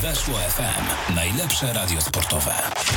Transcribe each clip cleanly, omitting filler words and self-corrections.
Weszło FM. Najlepsze radio sportowe.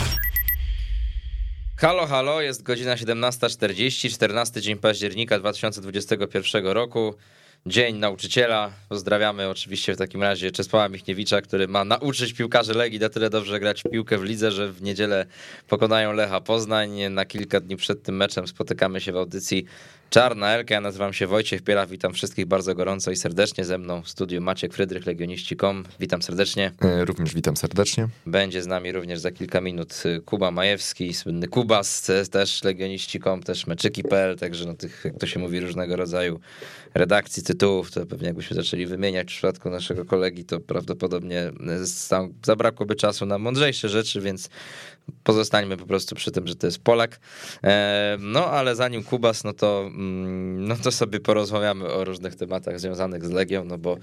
Halo, halo, jest godzina 17:40, 14 dzień października 2021 roku. Dzień nauczyciela. Pozdrawiamy oczywiście w takim razie Czesława Michniewicza, który ma nauczyć piłkarzy Legii na tyle dobrze grać w piłkę w lidze, że w niedzielę pokonają Lecha Poznań. Na kilka dni przed tym meczem spotykamy się w audycji Czarna Elka. Ja nazywam się Wojciech Piela, witam wszystkich bardzo gorąco i serdecznie. Ze mną w studiu Maciek Frydrych, Legioniści.com. Witam serdecznie. Również witam serdecznie. Będzie z nami również za kilka minut Kuba Majewski, słynny Kubas, też Legioniści.com, też Meczyki.pl, także no tych, jak to się mówi, różnego rodzaju redakcji tytułów, to pewnie jakbyśmy zaczęli wymieniać w przypadku naszego kolegi, to prawdopodobnie zabrakłoby czasu na mądrzejsze rzeczy, więc pozostańmy po prostu przy tym, że to jest Polak. No ale zanim Kubas, no to sobie porozmawiamy o różnych tematach związanych z Legią, no bo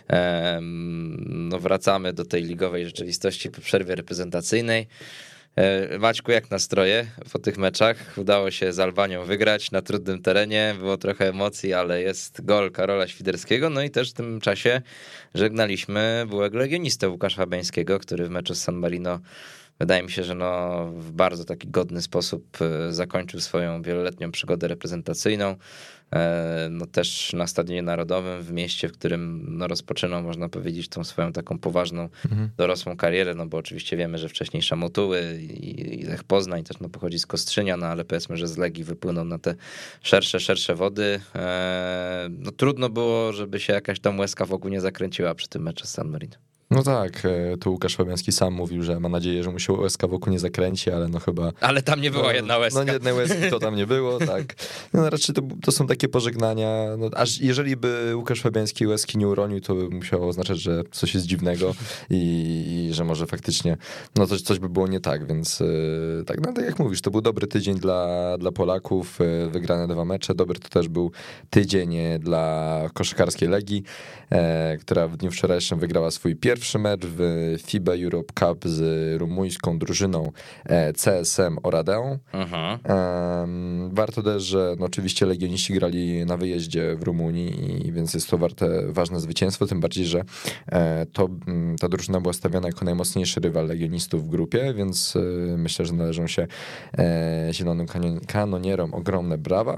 no wracamy do tej ligowej rzeczywistości po przerwie reprezentacyjnej. Maćku, jak nastroje po tych meczach? Udało się z Albanią wygrać na trudnym terenie, było trochę emocji, ale jest gol Karola Świderskiego, no i też w tym czasie żegnaliśmy byłego legionistę Łukasza Fabiańskiego, który w meczu z San Marino, wydaje mi się, że no w bardzo taki godny sposób zakończył swoją wieloletnią przygodę reprezentacyjną. No też na Stadionie Narodowym, w mieście, w którym no rozpoczynał, można powiedzieć, tą swoją taką poważną, dorosłą karierę, no bo oczywiście wiemy, że wcześniej Szamotuły i Lech Poznań też no pochodzi z Kostrzynia, no ale powiedzmy, że z Legii wypłynął na te szersze wody. No trudno było, żeby się jakaś tam łezka wokół nie zakręciła przy tym meczu z San Marino. No tak, tu Łukasz Fabiański sam mówił, że ma nadzieję, że mu się łezka wokół nie zakręci, ale no chyba... Ale tam nie była jedna łezka. No jednej łezki to tam nie było, tak. No raczej to są takie pożegnania, no, aż jeżeli by Łukasz Fabiański łezki nie uronił, to by musiało oznaczać, że coś jest dziwnego i że może faktycznie no coś by było nie tak, więc tak, no tak jak mówisz, to był dobry tydzień dla Polaków, wygrane 2 mecze, dobry to też był tydzień dla koszykarskiej Legii, która w dniu wczorajszym wygrała swój pierwszy mecz w FIBA Europe Cup z rumuńską drużyną CSM Oradea. Warto też, że no oczywiście legioniści grali na wyjeździe w Rumunii, i więc jest to ważne zwycięstwo, tym bardziej, że ta drużyna była stawiana jako najmocniejszy rywal legionistów w grupie, więc myślę, że należą się zielonym kanonierom ogromne brawa.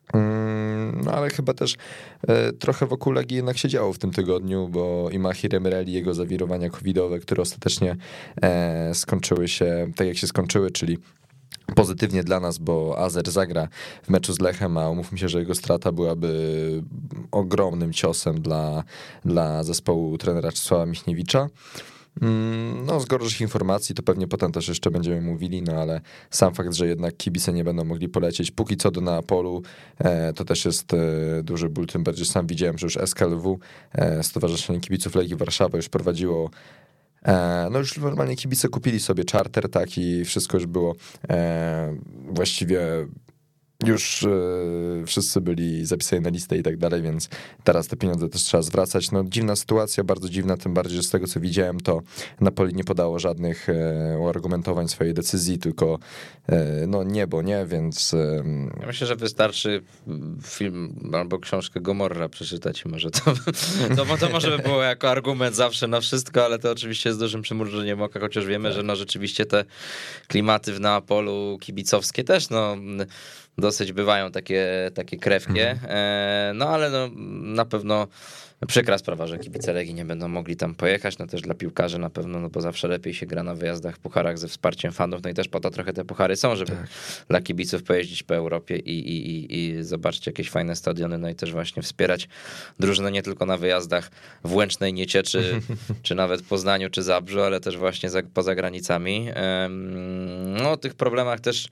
No ale chyba też trochę wokół Legii jednak się działo w tym tygodniu, bo i Mahir Emreli, jego zawirowania covidowe, które ostatecznie skończyły się tak jak się skończyły, czyli pozytywnie dla nas, bo Azer zagra w meczu z Lechem, a umówmy się, że jego strata byłaby ogromnym ciosem dla zespołu trenera Czesława Michniewicza. No, z gorszych informacji to pewnie potem też jeszcze będziemy mówili, no ale sam fakt, że jednak kibice nie będą mogli polecieć póki co do Neapolu, to też jest duży ból, tym bardziej sam widziałem, że już SKLW, Stowarzyszenie Kibiców Legii Warszawa, już prowadziło, no już normalnie kibice kupili sobie czarter, tak, i wszystko już było właściwie już wszyscy byli zapisani na listę i tak dalej, więc teraz te pieniądze też trzeba zwracać. No dziwna sytuacja, bardzo dziwna, tym bardziej, że z tego co widziałem, to Napoli nie podało żadnych uargumentowań swojej decyzji, tylko no nie, bo nie, więc... Ja myślę, że wystarczy film albo książkę Gomorra przeczytać, może to może by było jako argument zawsze na wszystko, ale to oczywiście jest dużym przymrużeniem oka, chociaż wiemy, że no rzeczywiście te klimaty w Neapolu kibicowskie też no dosyć bywają takie krewkie, no ale no, na pewno przykra sprawa, że kibice Legii nie będą mogli tam pojechać, no też dla piłkarzy na pewno, no bo zawsze lepiej się gra na wyjazdach, pucharach ze wsparciem fanów, no i też po to trochę te puchary są, żeby dla kibiców pojeździć po Europie i zobaczyć jakieś fajne stadiony, no i też właśnie wspierać drużynę nie tylko na wyjazdach w Łęcznej, Niecieczy, czy nawet Poznaniu, czy Zabrzu, ale też właśnie poza granicami. No o tych problemach też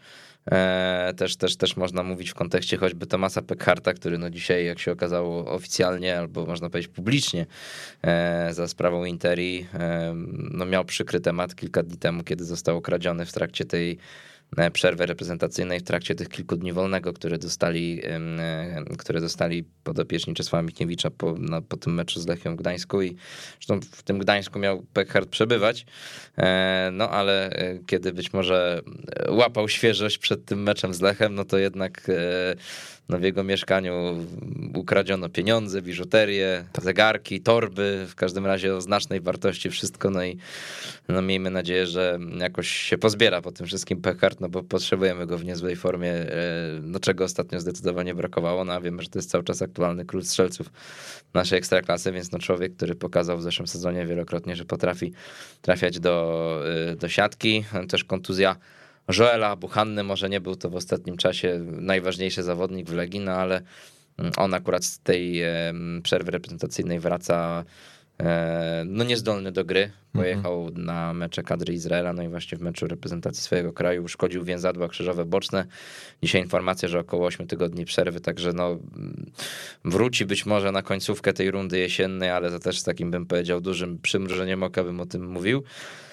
można mówić w kontekście choćby Tomasa Pekharta, który no dzisiaj, jak się okazało oficjalnie, albo można powiedzieć publicznie, za sprawą Interi, no miał przykry temat kilka dni temu, kiedy został okradziony w trakcie tej przerwy reprezentacyjnej w trakcie tych kilku dni wolnego, które dostali podopieczni Czesława Michniewicza po tym meczu z Lechią w Gdańsku i zresztą w tym Gdańsku miał Peckhardt przebywać, no ale kiedy być może łapał świeżość przed tym meczem z Lechem, no to jednak w jego mieszkaniu ukradziono pieniądze, biżuterię, zegarki, torby, w każdym razie o znacznej wartości wszystko, no i miejmy nadzieję, że jakoś się pozbiera po tym wszystkim Peckhardt, no bo potrzebujemy go w niezłej formie, no czego ostatnio zdecydowanie brakowało, no a wiemy, że to jest cały czas aktualny król strzelców naszej ekstraklasy, więc no człowiek, który pokazał w zeszłym sezonie wielokrotnie, że potrafi trafiać do siatki, też kontuzja Joela Buchanny, może nie był to w ostatnim czasie najważniejszy zawodnik w Legii, no ale on akurat z tej przerwy reprezentacyjnej wraca no niezdolny do gry. Pojechał na mecze kadry Izraela, no i właśnie w meczu reprezentacji swojego kraju uszkodził więzadła krzyżowe boczne. Dzisiaj informacja, że około 8 tygodni przerwy, także no wróci być może na końcówkę tej rundy jesiennej, ale to też z takim, bym powiedział, dużym przymrużeniem oka bym o tym mówił.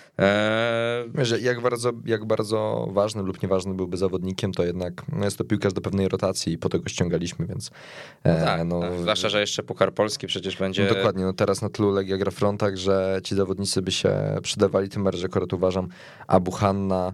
Że jak bardzo ważny lub nieważny byłby zawodnikiem, to jednak jest to piłkarz do pewnej rotacji i po to go ściągaliśmy, więc tak, zwłaszcza, że jeszcze Puchar Polski przecież będzie... No dokładnie, no teraz na tylu Legia gra w frontach, że ci zawodnicy by się przydawali, tym bardziej, że akurat uważam, a Buchanna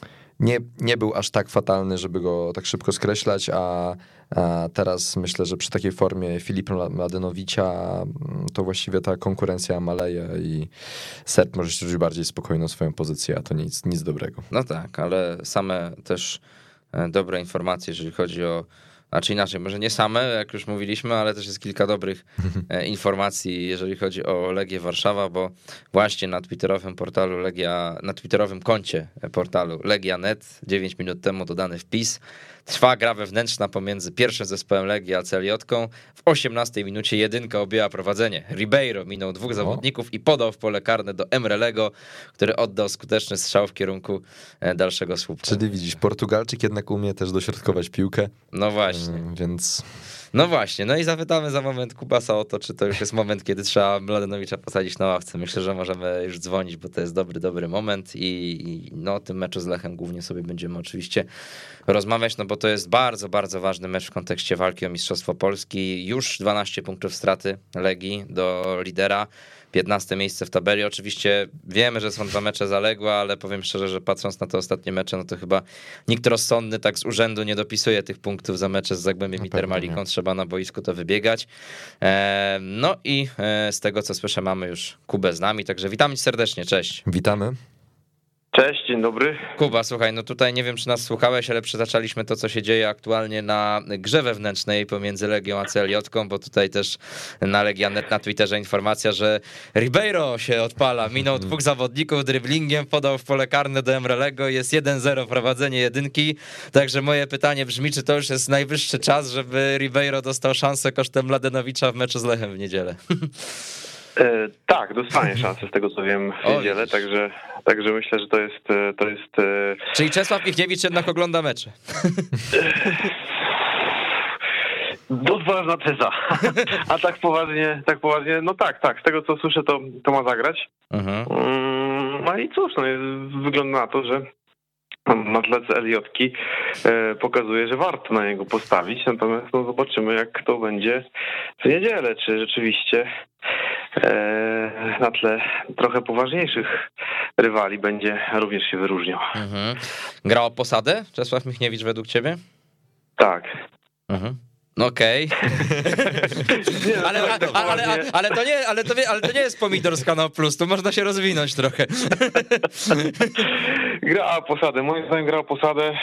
nie był aż tak fatalny, żeby go tak szybko skreślać, a teraz myślę, że przy takiej formie Filipa Mladenowicza to właściwie ta konkurencja maleje i Serb może się czuć bardziej spokojną swoją pozycję, a to nic dobrego. No tak, ale same też dobre informacje, jeżeli chodzi o... Znaczy inaczej, może nie same, jak już mówiliśmy, ale też jest kilka dobrych informacji, jeżeli chodzi o Legię Warszawa, bo właśnie na twitterowym portalu na twitterowym koncie portalu Legia.net 9 minut temu dodany wpis. Trwa gra wewnętrzna pomiędzy pierwszym zespołem Legii a Celiotką. W 18 minucie jedynka objęła prowadzenie. Ribeiro minął dwóch zawodników i podał w pole karne do Emrelego, który oddał skuteczny strzał w kierunku dalszego słupka. Czyli widzisz, Portugalczyk jednak umie też dośrodkować piłkę. No właśnie. Więc... No właśnie, no i zapytamy za moment Kubasa o to, czy to już jest moment, kiedy trzeba Mladenowicza posadzić na ławce. Myślę, że możemy już dzwonić, bo to jest dobry moment i no o tym meczu z Lechem głównie sobie będziemy oczywiście rozmawiać, no bo to jest bardzo, bardzo ważny mecz w kontekście walki o Mistrzostwo Polski. Już 12 punktów straty Legii do lidera. 15 miejsce w tabeli. Oczywiście wiemy, że są 2 mecze zaległe, ale powiem szczerze, że patrząc na te ostatnie mecze, no to chyba nikt rozsądny tak z urzędu nie dopisuje tych punktów za mecze z Zagłębiem i Termaliką. Trzeba na boisku to wybiegać. No i z tego, co słyszę, mamy już Kubę z nami, także witamy cię serdecznie, cześć. Witamy. Cześć, dzień dobry. Kuba, słuchaj, no tutaj nie wiem, czy nas słuchałeś, ale przytaczaliśmy to, co się dzieje aktualnie na grze wewnętrznej pomiędzy Legią a Celiotką, bo tutaj też na Legia.net na Twitterze informacja, że Ribeiro się odpala, minął 2 zawodników driblingiem, podał w pole karne do Emrelego, jest 1-0 prowadzenie jedynki, także moje pytanie brzmi, czy to już jest najwyższy czas, żeby Ribeiro dostał szansę kosztem Mladenowicza w meczu z Lechem w niedzielę? Tak, dostanie szansę z tego, co wiem, w niedzielę, także myślę, że to jest... Czyli Czesław Michniewicz jednak ogląda mecze. Odważna teza. A tak poważnie, no tak, z tego, co słyszę, to ma zagrać. No i cóż, no, wygląda na to, że na tle Eliotki pokazuje, że warto na niego postawić, natomiast no, zobaczymy, jak to będzie w niedzielę, czy rzeczywiście na tle trochę poważniejszych rywali będzie również się wyróżniał. Gra o posadę Czesław Michniewicz według ciebie? Tak. No okej. Ale to nie jest pomidor z Kanał Plus, tu można się rozwinąć trochę. Gra o posadę, moim zdaniem gra o posadę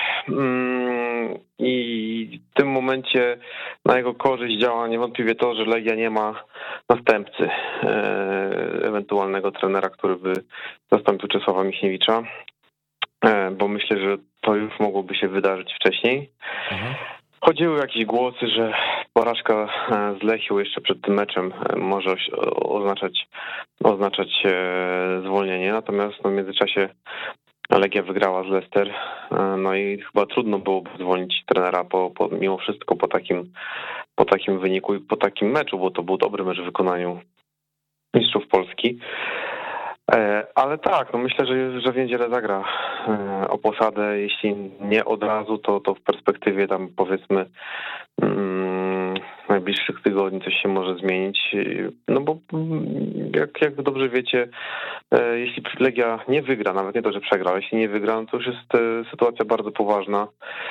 i w tym momencie na jego korzyść działa niewątpliwie to, że Legia nie ma następcy, ewentualnego trenera, który by zastąpił Czesława Michniewicza, bo myślę, że to już mogłoby się wydarzyć wcześniej. Chodziły jakieś głosy, że porażka z Lechią jeszcze przed tym meczem może oznaczać zwolnienie, natomiast w międzyczasie Legia wygrała z Leicester, no i chyba trudno byłoby zwolnić trenera mimo wszystko po takim wyniku i po takim meczu, bo to był dobry mecz w wykonaniu mistrzów Polski. Ale tak, no myślę, że w niedzielę zagra o posadę. Jeśli nie od razu, to w perspektywie tam powiedzmy najbliższych tygodni coś się może zmienić. No bo jak dobrze wiecie, jeśli Legia nie wygra, nawet nie to, że przegra, ale jeśli nie wygra, no to już jest sytuacja bardzo poważna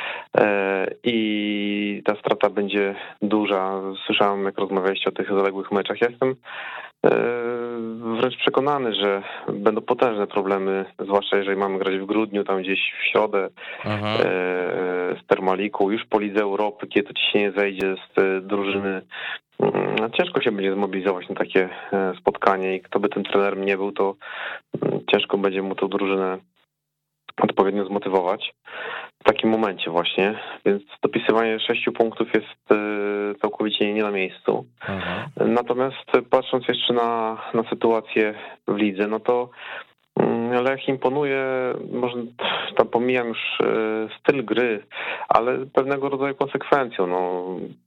i ta strata będzie duża. Słyszałem, jak rozmawialiście o tych zaległych meczach. Ja jestem wręcz przekonany, że będą potężne problemy, zwłaszcza jeżeli mamy grać w grudniu, tam gdzieś w środę z Termaliku, już po Lidze Europy, kiedy to ciśnienie zejdzie z drużyny. Ciężko się będzie zmobilizować na takie spotkanie i kto by tym trenerem nie był, to ciężko będzie mu tę drużynę odpowiednio zmotywować w takim momencie właśnie, więc dopisywanie 6 punktów jest całkowicie nie na miejscu. Natomiast patrząc jeszcze na sytuację w lidze, no to Lech imponuje, może tam pomijam już styl gry, ale pewnego rodzaju konsekwencją. No,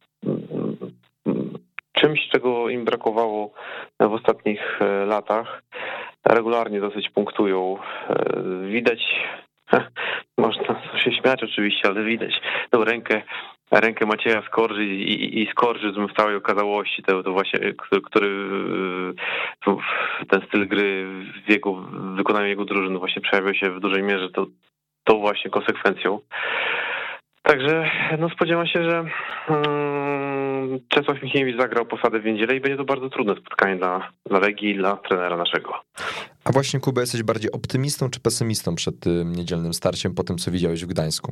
czymś, czego im brakowało w ostatnich latach. Regularnie dosyć punktują. Widać, można się śmiać oczywiście, ale widać tą rękę Macieja Skorży i skorżyzm w całej okazałości, to właśnie, który ten styl gry w wykonaniu jego drużyny właśnie przejawiał się w dużej mierze tą właśnie konsekwencją. Także no spodziewam się, że Czesław Michniewicz zagrał posadę w niedzielę i będzie to bardzo trudne spotkanie dla Legii i dla trenera naszego. A właśnie, Kuba, jesteś bardziej optymistą czy pesymistą przed tym niedzielnym starciem po tym, co widziałeś w Gdańsku?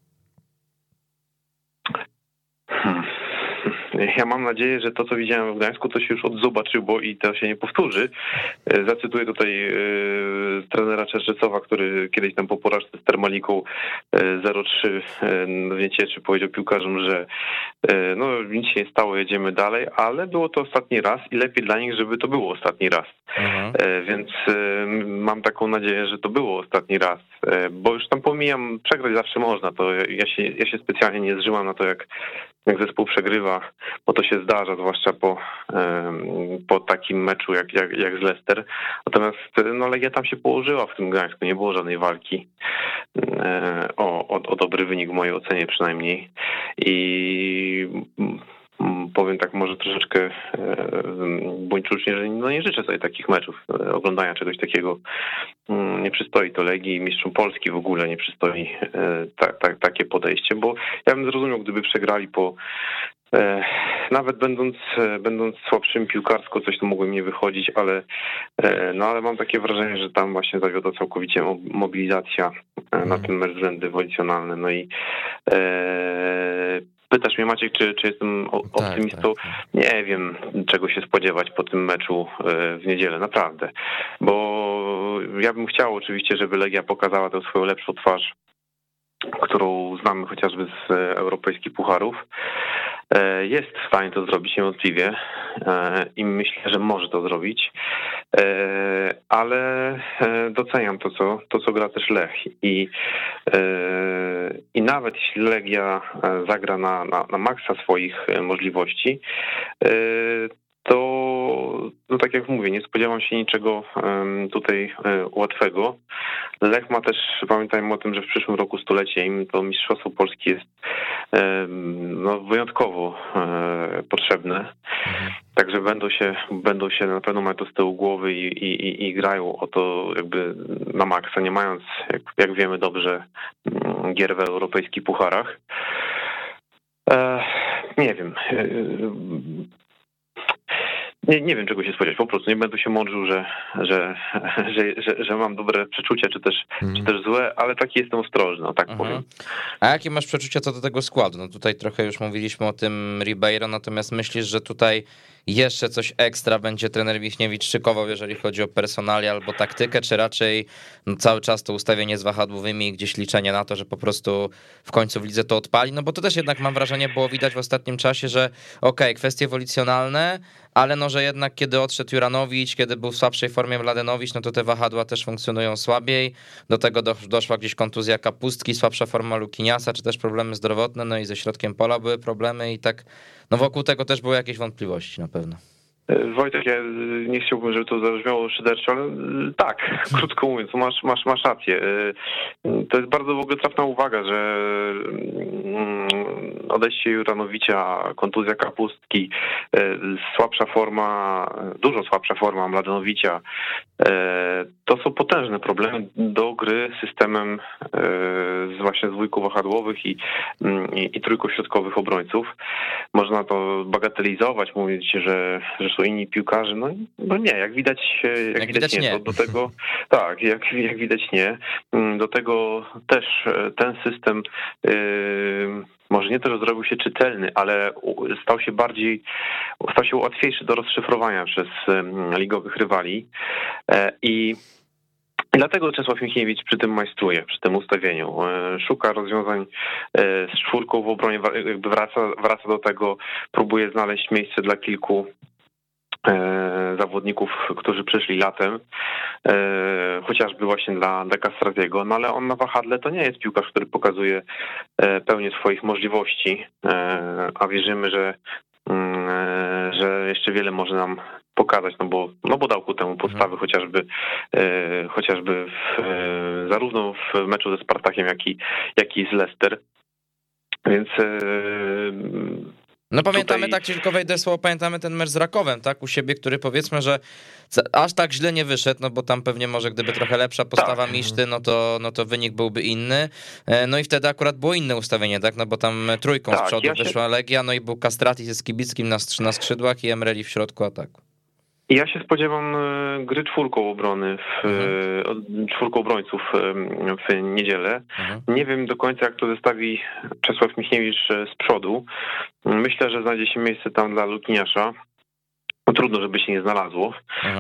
Ja mam nadzieję, że to, co widziałem w Gdańsku, to się już odzobaczyło i to się nie powtórzy. Zacytuję tutaj trenera Czerzecowa, który kiedyś tam po porażce z Termaliką 0-3 w Niecieczy powiedział piłkarzom, że no nic się nie stało, jedziemy dalej, ale było to ostatni raz i lepiej dla nich, żeby to było ostatni raz. Więc mam taką nadzieję, że to było ostatni raz, bo już tam pomijam, przegrać zawsze można, to ja się specjalnie nie zżymam na to, jak zespół przegrywa, bo to się zdarza, zwłaszcza po takim meczu jak z Leicester. Natomiast no, Legia tam się położyła w tym Gdańsku, nie było żadnej walki o dobry wynik w mojej ocenie przynajmniej. I powiem tak może troszeczkę buńczucznie, że no nie życzę sobie takich meczów, oglądania czegoś takiego. Nie przystoi to Legii, mistrzom Polski w ogóle nie przystoi takie podejście, bo ja bym zrozumiał, gdyby przegrali nawet będąc słabszym piłkarsko, coś to mogło im nie wychodzić, ale mam takie wrażenie, że tam właśnie zawiodła całkowicie mobilizacja na ten mecz względy ewolucjonalne. No i pytasz mnie, Maciek, czy jestem optymistą? Tak. Nie wiem, czego się spodziewać po tym meczu w niedzielę, naprawdę. Bo ja bym chciał oczywiście, żeby Legia pokazała tę swoją lepszą twarz, którą znamy chociażby z europejskich pucharów. Jest w stanie to zrobić niewątpliwie i myślę, że może to zrobić, ale doceniam to, co gra też Lech i nawet jeśli Legia zagra na maksa swoich możliwości, to no tak jak mówię, nie spodziewam się niczego tutaj łatwego. Lech ma też, pamiętajmy o tym, że w przyszłym roku stulecie im to Mistrzostwo Polski jest no, wyjątkowo potrzebne. Także będą się na pewno mają to z tyłu głowy i grają o to jakby na maksa, nie mając, jak wiemy dobrze, gier w europejskich pucharach. Nie wiem. Nie wiem, czego się spodziewać. Po prostu nie będę się mądrzył, że mam dobre przeczucia, czy też złe, ale taki jestem ostrożny, tak powiem. A jakie masz przeczucia co do tego składu? No tutaj trochę już mówiliśmy o tym Ribeiro, natomiast myślisz, że tutaj jeszcze coś ekstra będzie trener Michniewicz szykował, jeżeli chodzi o personalię albo taktykę, czy raczej cały czas to ustawienie z wahadłowymi i gdzieś liczenie na to, że po prostu w końcu w lidze to odpali? No bo to też jednak mam wrażenie było widać w ostatnim czasie, że kwestie ewolucjonalne, ale no, że jednak kiedy odszedł Juranowicz, kiedy był w słabszej formie Mladenowicz, no to te wahadła też funkcjonują słabiej. Do tego doszła gdzieś kontuzja Kapustki, słabsza forma Lukiniasa, czy też problemy zdrowotne, no i ze środkiem pola były problemy i tak, no wokół tego też były jakieś wątpliwości na pewno. Wojtek, ja nie chciałbym, żeby to zabrzmiało szyderczo, ale tak, krótko mówiąc, masz rację. To jest bardzo w ogóle trafna uwaga, że odejście Juranowicza, kontuzja Kapustki, słabsza forma, dużo słabsza forma Mladenowicza, to są potężne problemy do gry systemem właśnie z dwójków wahadłowych i trójkośrodkowych obrońców. Można to bagatelizować, mówić, że są inni piłkarze. No nie, jak widać nie. Do tego, tak, jak widać nie. Do tego też ten system może nie to, że zrobił się czytelny, ale stał się łatwiejszy do rozszyfrowania przez ligowych rywali i dlatego Czesław Michniewicz przy tym majstruje, przy tym ustawieniu. Szuka rozwiązań z czwórką w obronie, jakby wraca do tego, próbuje znaleźć miejsce dla kilku zawodników, którzy przyszli latem, chociażby właśnie dla Castratiego, no ale on na wahadle to nie jest piłkarz, który pokazuje pełnię swoich możliwości, a wierzymy, że jeszcze wiele może nam pokazać, no bo dał ku temu podstawy chociażby zarówno w meczu ze Spartakiem, jak i z Leicester. Więc no pamiętamy, tak tylko wejdę słowo, pamiętamy ten mecz z Rakowem, tak, u siebie, który powiedzmy, że aż tak źle nie wyszedł, no bo tam pewnie może gdyby trochę lepsza postawa Miszty, no to wynik byłby inny, no i wtedy akurat było inne ustawienie, tak, no bo tam trójką z przodu wyszła Legia, no i był Castrati ze Skibickim na skrzydłach i Emreli w środku ataku. Ja się spodziewam gry czwórką obrony, czwórką obrońców w niedzielę. Nie wiem do końca, jak to zestawi Czesław Michniewicz z przodu. Myślę, że znajdzie się miejsce tam dla Lukiniasza. No, trudno, żeby się nie znalazło,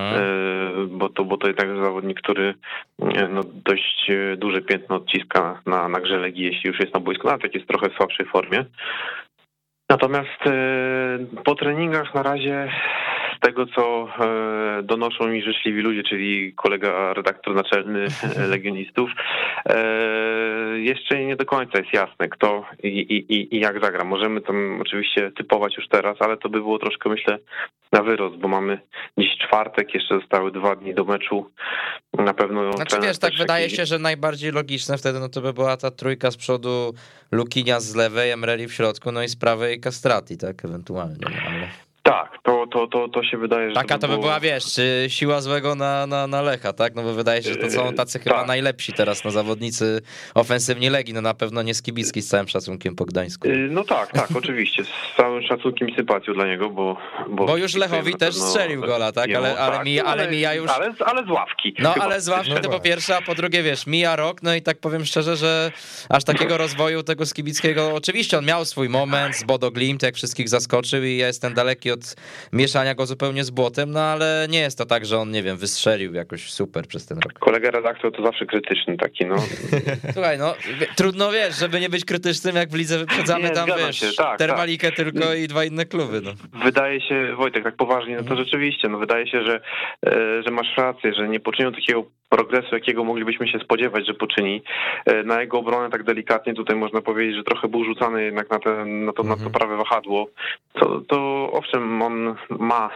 bo to jednak zawodnik, który dość duże piętno odciska na grze Legii, jeśli już jest na boisku, nawet jak jest trochę w słabszej formie. Natomiast po treningach na razie z tego, co donoszą mi życzliwi ludzie, czyli kolega redaktor naczelny Legionistów, jeszcze nie do końca jest jasne, kto i jak zagra. Możemy tam oczywiście typować już teraz, ale to by było troszkę, myślę, na wyrost, bo mamy dziś czwartek, jeszcze zostały 2 dni do meczu. Na pewno... Znaczy wiesz, tak wydaje się, że najbardziej logiczne wtedy no to by była ta trójka z przodu, Lukinias z lewej, Emreli w środku, no i z prawej Castrati, tak, ewentualnie. Ale... Tak, to się wydaje, że taka to by była, wiesz, siła złego na Lecha, tak? No bo wydaje się, że to są tacy chyba najlepsi teraz zawodnicy ofensywni Legii, no na pewno nie Skibicki, z całym szacunkiem po Gdańsku. No tak, oczywiście, z całym szacunkiem i sympatią dla niego, bo już Lechowi też strzelił gola, tak? Ale mija już... Ale z ławki. No ale z ławki to po pierwsze, a po drugie, wiesz, mija rok, no i tak powiem szczerze, że aż takiego rozwoju tego Skibickiego, oczywiście on miał swój moment z Bodo Glimt, jak wszystkich zaskoczył i ja jestem daleki od mieszania go zupełnie z błotem, no ale nie jest to tak, że on, nie wiem, wystrzelił jakoś super przez ten rok. Kolega redaktor to zawsze krytyczny taki, no. Słuchaj, no, trudno, wiesz, żeby nie być krytycznym, jak w lidze wyprzedzamy tam, wiesz, Termalikę tylko i 2 inne kluby, no. Wydaje się, Wojtek, tak poważnie, no to rzeczywiście, no wydaje się, że masz rację, że nie poczynią takiego progresu, jakiego moglibyśmy się spodziewać, że poczyni. Na jego obronę tak delikatnie tutaj można powiedzieć, że trochę był rzucany jednak na to prawe wahadło. To owszem, on ma,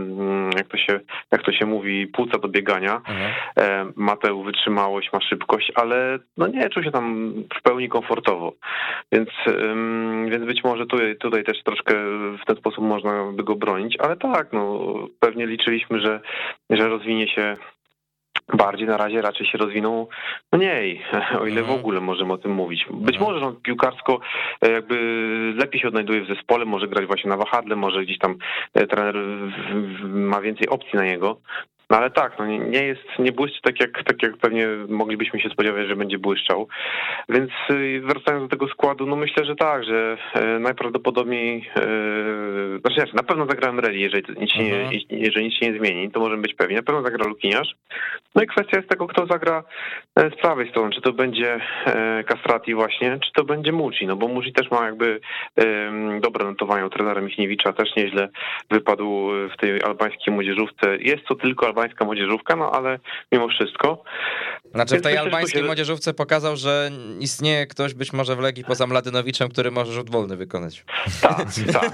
jak to się mówi, płuca do biegania, ma tę wytrzymałość, ma szybkość, ale no nie czuł się tam w pełni komfortowo. Więc być może tutaj też troszkę w ten sposób można by go bronić, ale tak, no pewnie liczyliśmy, że rozwinie się bardziej. Na razie raczej się rozwinął mniej, o ile w ogóle możemy o tym mówić. Być może, że on piłkarsko jakby lepiej się odnajduje w zespole, może grać właśnie na wahadle, może gdzieś tam trener ma więcej opcji na niego. No ale tak, no nie błyszczy tak jak pewnie moglibyśmy się spodziewać, że będzie błyszczał. Więc wracając do tego składu, no myślę, że tak, że najprawdopodobniej, znaczy na pewno zagra Emreli, jeżeli nic się nie zmieni, to możemy być pewni. Na pewno zagra Lukiniasz. No i kwestia jest tego, kto zagra z prawej strony, czy to będzie Castrati właśnie, czy to będzie Mucci, no bo Mucci też ma jakby dobre notowania u trenera Michniewicza, też nieźle wypadł w tej albańskiej młodzieżówce. Jest to tylko albański albańska młodzieżówka, no ale mimo wszystko. Znaczy w tej albańskiej młodzieżówce pokazał, że istnieje ktoś być może w Legii poza Mladynowiczem, który może rzut wolny wykonać. Tak.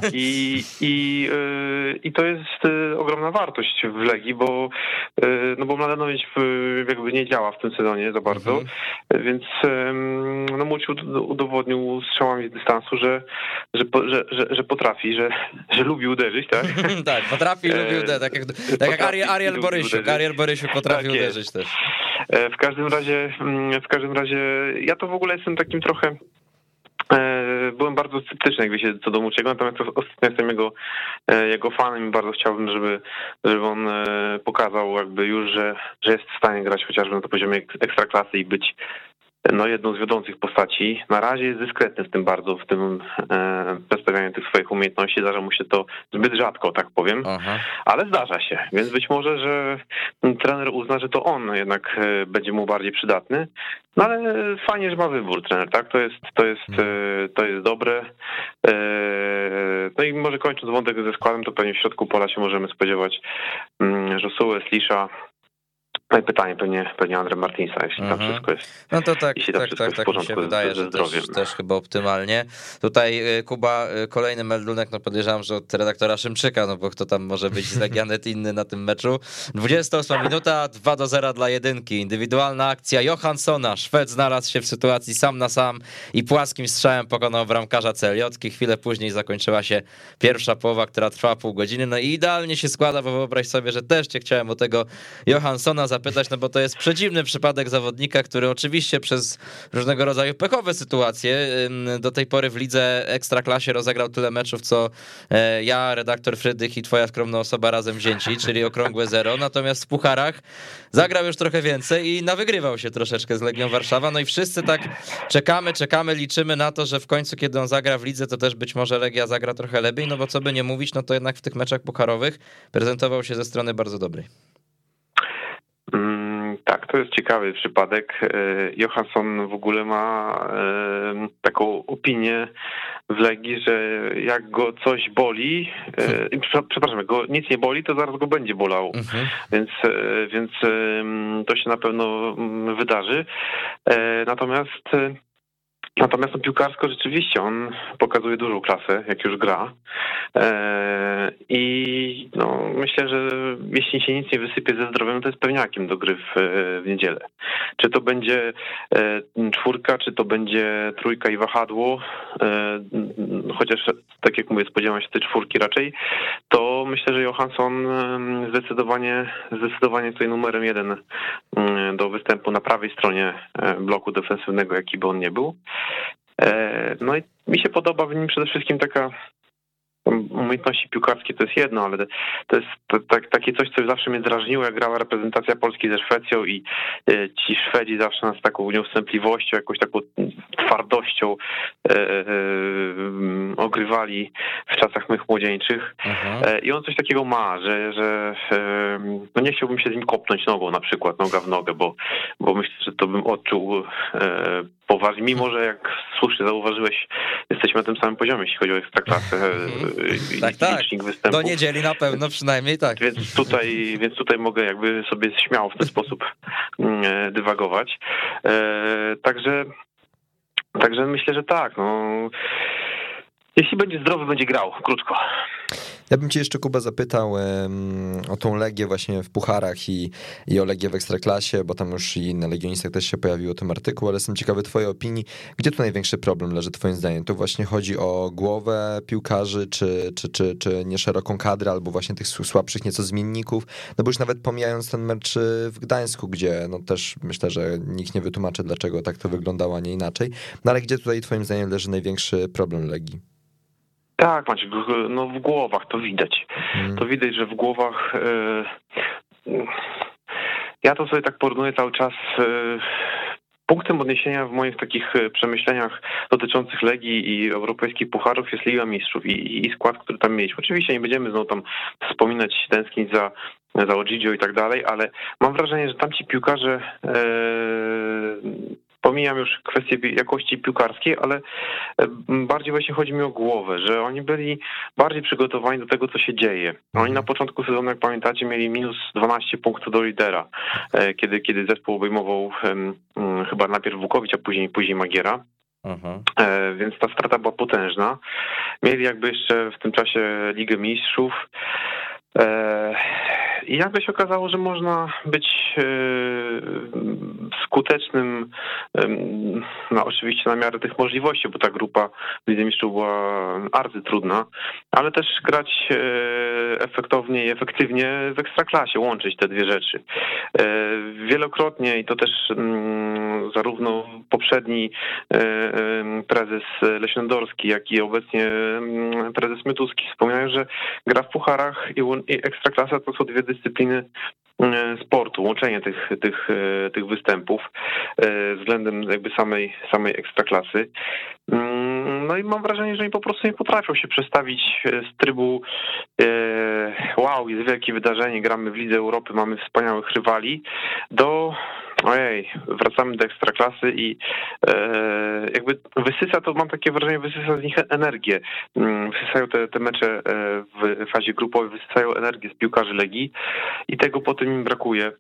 I to jest ogromna wartość w Legii, bo Mladenowicz jakby nie działa w tym sezonie za bardzo, więc no Muci udowodnił strzałami z dystansu, że potrafi, że lubi uderzyć, tak? Tak, potrafi, lubi uderzyć, tak jak Ariel Borysiuk. Ariel Borysiuk potrafi uderzyć też. W każdym razie ja to w ogóle jestem takim trochę, byłem bardzo sceptyczny, jak wiecie, co do Muciego, natomiast ostatnio jestem jego fanem i bardzo chciałbym, żeby on pokazał jakby już, że jest w stanie grać chociażby na to poziomie ekstraklasy i być jedną z wiodących postaci. Na razie jest dyskretny w tym bardzo, w tym przedstawianiu tych swoich umiejętności. Zdarza mu się to zbyt rzadko, tak powiem, ale zdarza się, więc być może, że trener uzna, że to on jednak będzie mu bardziej przydatny. No ale fajnie, że ma wybór trener, tak? To jest dobre. No i może kończąc wątek ze składem, to pewnie w środku pola się możemy spodziewać Josué, Slisza. No i pytanie pewnie Andre Martinsa, jeśli tam wszystko jest. No to tak, jeśli tam wszystko jest w porządku, mi się wydaje, że też chyba optymalnie. Tutaj Kuba, kolejny meldunek, no podejrzewam, że od redaktora Szymczyka, no bo kto tam może być z Legianet inny na tym meczu. 28 minuta, 2-0 dla jedynki. Indywidualna akcja Johanssona. Szwed znalazł się w sytuacji sam na sam i płaskim strzałem pokonał bramkarza Celiotki. Chwilę później zakończyła się pierwsza połowa, która trwała pół godziny. No i idealnie się składa, bo wyobraź sobie, że też cię chciałem o tego Johanssona zapytać, no bo to jest przedziwny przypadek zawodnika, który oczywiście przez różnego rodzaju pechowe sytuacje do tej pory w lidze Ekstraklasie rozegrał tyle meczów, co ja, redaktor Frydych i twoja skromna osoba razem wzięci, czyli okrągłe 0, natomiast w pucharach zagrał już trochę więcej i nawygrywał się troszeczkę z Legią Warszawa, no i wszyscy tak czekamy, liczymy na to, że w końcu, kiedy on zagra w lidze, to też być może Legia zagra trochę lepiej, no bo co by nie mówić, no to jednak w tych meczach pucharowych prezentował się ze strony bardzo dobrej. Tak, to jest ciekawy przypadek. Johansson w ogóle ma taką opinię w Legii, że jak go coś boli, przepraszam, go nic nie boli, to zaraz go będzie bolało. Więc to się na pewno wydarzy. Natomiast piłkarsko rzeczywiście on pokazuje dużą klasę, jak już gra. I myślę, że jeśli się nic nie wysypie ze zdrowiem, to jest pewniakiem do gry w niedzielę. Czy to będzie czwórka, czy to będzie trójka i wahadło, chociaż tak jak mówię, spodziewam się tej czwórki raczej, to myślę, że Johansson zdecydowanie tutaj numerem 1 do występu na prawej stronie bloku defensywnego, jaki by on nie był. No i mi się podoba w nim przede wszystkim taka umiejętności piłkarskie, to jest jedno, ale to jest takie coś, co zawsze mnie drażniło, jak grała reprezentacja Polski ze Szwecją i ci Szwedzi zawsze nas taką nieustępliwością, jakąś taką twardością ogrywali w czasach mych młodzieńczych. I on coś takiego ma, że nie chciałbym się z nim kopnąć nogą na przykład, noga w nogę, bo myślę, że to bym odczuł poważnie, mimo że jak słusznie zauważyłeś, jesteśmy na tym samym poziomie, jeśli chodzi o ekstraklasę. Tak. Do niedzieli na pewno przynajmniej tak. Więc tutaj mogę jakby sobie śmiało w ten sposób dywagować. Także myślę, że tak. Jeśli będzie zdrowy, będzie grał, krótko. Ja bym cię jeszcze, Kuba, zapytał o tą Legię właśnie w pucharach i o Legię w Ekstraklasie, bo tam już i na Legionistach też się pojawił o tym artykuł, ale jestem ciekawy twojej opinii. Gdzie tu największy problem leży twoim zdaniem? To właśnie chodzi o głowę piłkarzy, czy nie szeroką kadrę, albo właśnie tych słabszych nieco zmienników? No bo już nawet pomijając ten mecz w Gdańsku, gdzie też myślę, że nikt nie wytłumaczy, dlaczego tak to wyglądało, a nie inaczej. No ale gdzie tutaj twoim zdaniem leży największy problem Legii? Tak, Maciek, w głowach to widać. To widać, że w głowach... Ja to sobie tak porównuję cały czas... Punktem odniesienia w moich takich przemyśleniach dotyczących Legii i europejskich pucharów jest Liga Mistrzów i skład, który tam mieliśmy. Oczywiście nie będziemy znowu tam wspominać, tęsknić za Ogidio i tak dalej, ale mam wrażenie, że tamci piłkarze pomijam już kwestię jakości piłkarskiej, ale bardziej właśnie chodzi mi o głowę, że oni byli bardziej przygotowani do tego, co się dzieje. Oni na początku sezonu, jak pamiętacie, mieli minus 12 punktów do lidera, kiedy zespół obejmował chyba najpierw Wukowicz, a później Magiera. Więc ta strata była potężna. Mieli jakby jeszcze w tym czasie Ligę Mistrzów. I nagle się okazało, że można być skutecznym, no oczywiście na miarę tych możliwości, bo ta grupa w Lidze Mistrzów była arcytrudna, ale też grać efektownie i efektywnie w Ekstraklasie, łączyć te dwie rzeczy. Wielokrotnie, i to też zarówno poprzedni prezes Leśnodorski, jak i obecnie prezes Mytuski wspominają, że gra w pucharach i Ekstraklasa to są dwie dyscypliny sportu, łączenie tych występów względem jakby samej Ekstraklasy. No i mam wrażenie, że oni po prostu nie potrafią się przestawić z trybu wow, jest wielkie wydarzenie, gramy w Lidze Europy, mamy wspaniałych rywali, do wracamy do Ekstraklasy i jakby wysysa to, mam takie wrażenie, wysysa z nich energię. Wysysają te mecze w fazie grupowej, wysysają energię z piłkarzy Legii i tego potem im brakuje.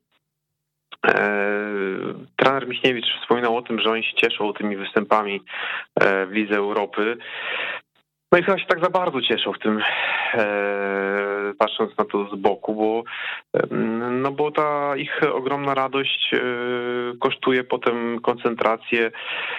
Trener Michniewicz wspominał o tym, że oni się cieszą tymi występami w Lidze Europy. No i chyba się tak za bardzo cieszą w tym, patrząc na to z boku, bo ta ich ogromna radość kosztuje potem koncentrację.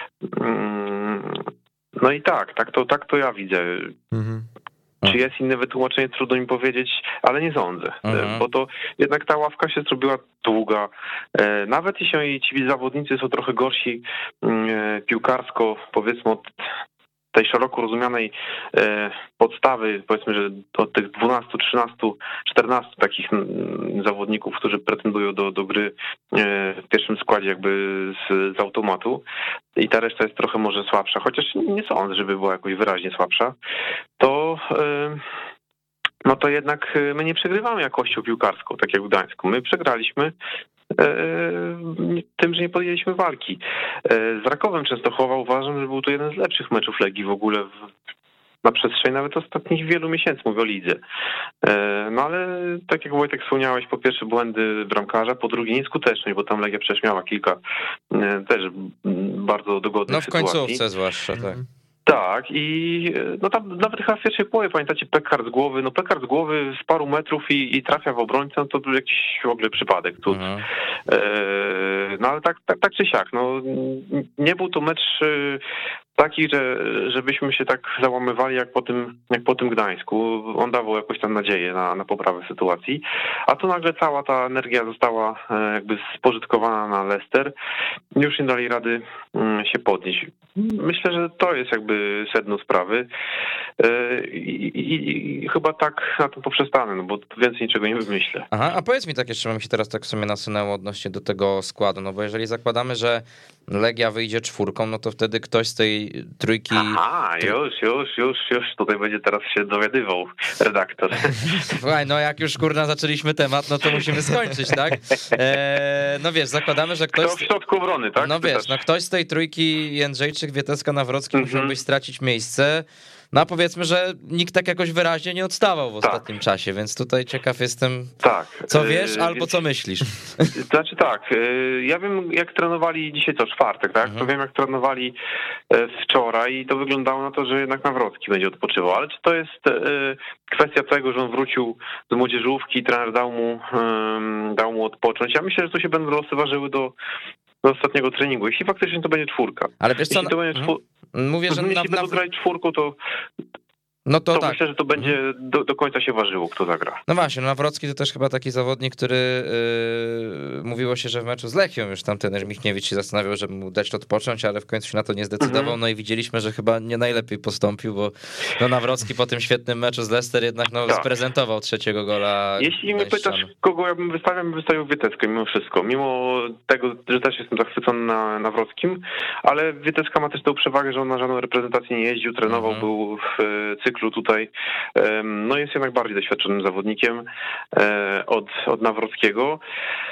No i tak to ja widzę. Czy jest inne wytłumaczenie, trudno mi powiedzieć, ale nie sądzę, bo to jednak ta ławka się zrobiła długa. Nawet jeśli ci zawodnicy są trochę gorsi piłkarsko, powiedzmy od tej szeroko rozumianej podstawy, powiedzmy, że od tych 12, 13, 14 takich zawodników, którzy pretendują do gry w pierwszym składzie jakby z automatu i ta reszta jest trochę może słabsza, chociaż nie sądzę, żeby była jakoś wyraźnie słabsza, no to jednak my nie przegrywamy jakością piłkarską, tak jak w Gdańsku. My przegraliśmy tym, że nie podjęliśmy walki. Z Rakowem Częstochowa uważam, że był to jeden z lepszych meczów Legii w ogóle na przestrzeni nawet ostatnich wielu miesięcy, mówię o lidze. No ale tak jak Wojtek wspomniałeś, po pierwsze błędy bramkarza, po drugie nieskuteczność, bo tam Legia przecież miała kilka też bardzo dogodnych sytuacji. No w końcówce zwłaszcza, tak. Tak, i no tam nawet chyba w pierwszej połowie, pamiętacie, Pekar z głowy z paru metrów i trafia w obrońcę, no to był jakiś w ogóle przypadek tu. No ale tak czy siak, no nie był to mecz taki, żebyśmy się tak załamywali jak po tym Gdańsku. On dawał jakoś tam nadzieję na poprawę sytuacji, a tu nagle cała ta energia została jakby spożytkowana na Leicester. Już nie dali rady się podnieść. Myślę, że to jest jakby sedno sprawy i chyba tak na to poprzestanę, no bo więcej niczego nie wymyślę. Aha, a powiedz mi tak jeszcze, mi się teraz tak w sumie nasunęło odnośnie do tego składu, no bo jeżeli zakładamy, że Legia wyjdzie czwórką, no to wtedy ktoś z tej trójki... Aha, już, tutaj będzie teraz się dowiadywał redaktor. Słuchaj, no jak już kurna zaczęliśmy temat, no to musimy skończyć, tak? No wiesz, zakładamy, że ktoś... Kto w środku obrony, tak? No wiesz, no ktoś z tej trójki, Jędrzejczyk, Wieteska, Nawrocki musiałby stracić miejsce. No a powiedzmy, że nikt tak jakoś wyraźnie nie odstawał w ostatnim czasie, więc tutaj ciekaw jestem, co wiesz albo co myślisz. Znaczy tak, ja wiem jak trenowali dzisiaj, czwartek, tak? To wiem jak trenowali wczoraj i to wyglądało na to, że jednak Nawrocki będzie odpoczywał, ale czy to jest kwestia tego, że on wrócił z młodzieżówki i trener dał mu odpocząć? Ja myślę, że to się będą losy ważyły do ostatniego treningu, jeśli faktycznie to będzie czwórka. Ale wiesz co, mówię, że jeśli będą grać czwórką, to tak. Myślę, że to będzie do końca się ważyło, kto zagra. No właśnie, Nawrocki to też chyba taki zawodnik, który mówiło się, że w meczu z Lechią już tam trener Michniewicz się zastanawiał, żeby mu dać odpocząć, ale w końcu się na to nie zdecydował, no i widzieliśmy, że chyba nie najlepiej postąpił, bo Nawrocki po tym świetnym meczu z Leicester jednak sprezentował trzeciego gola. Jeśli mnie pytasz, kogo ja bym wystawił Wieteskę mimo wszystko, mimo tego, że też jestem zachwycony na Nawrockim, ale Wieteska ma też tą przewagę, że on na żadną reprezentację nie jeździł, trenował, był w cyklu tutaj, no jest jednak bardziej doświadczonym zawodnikiem od Nawrockiego.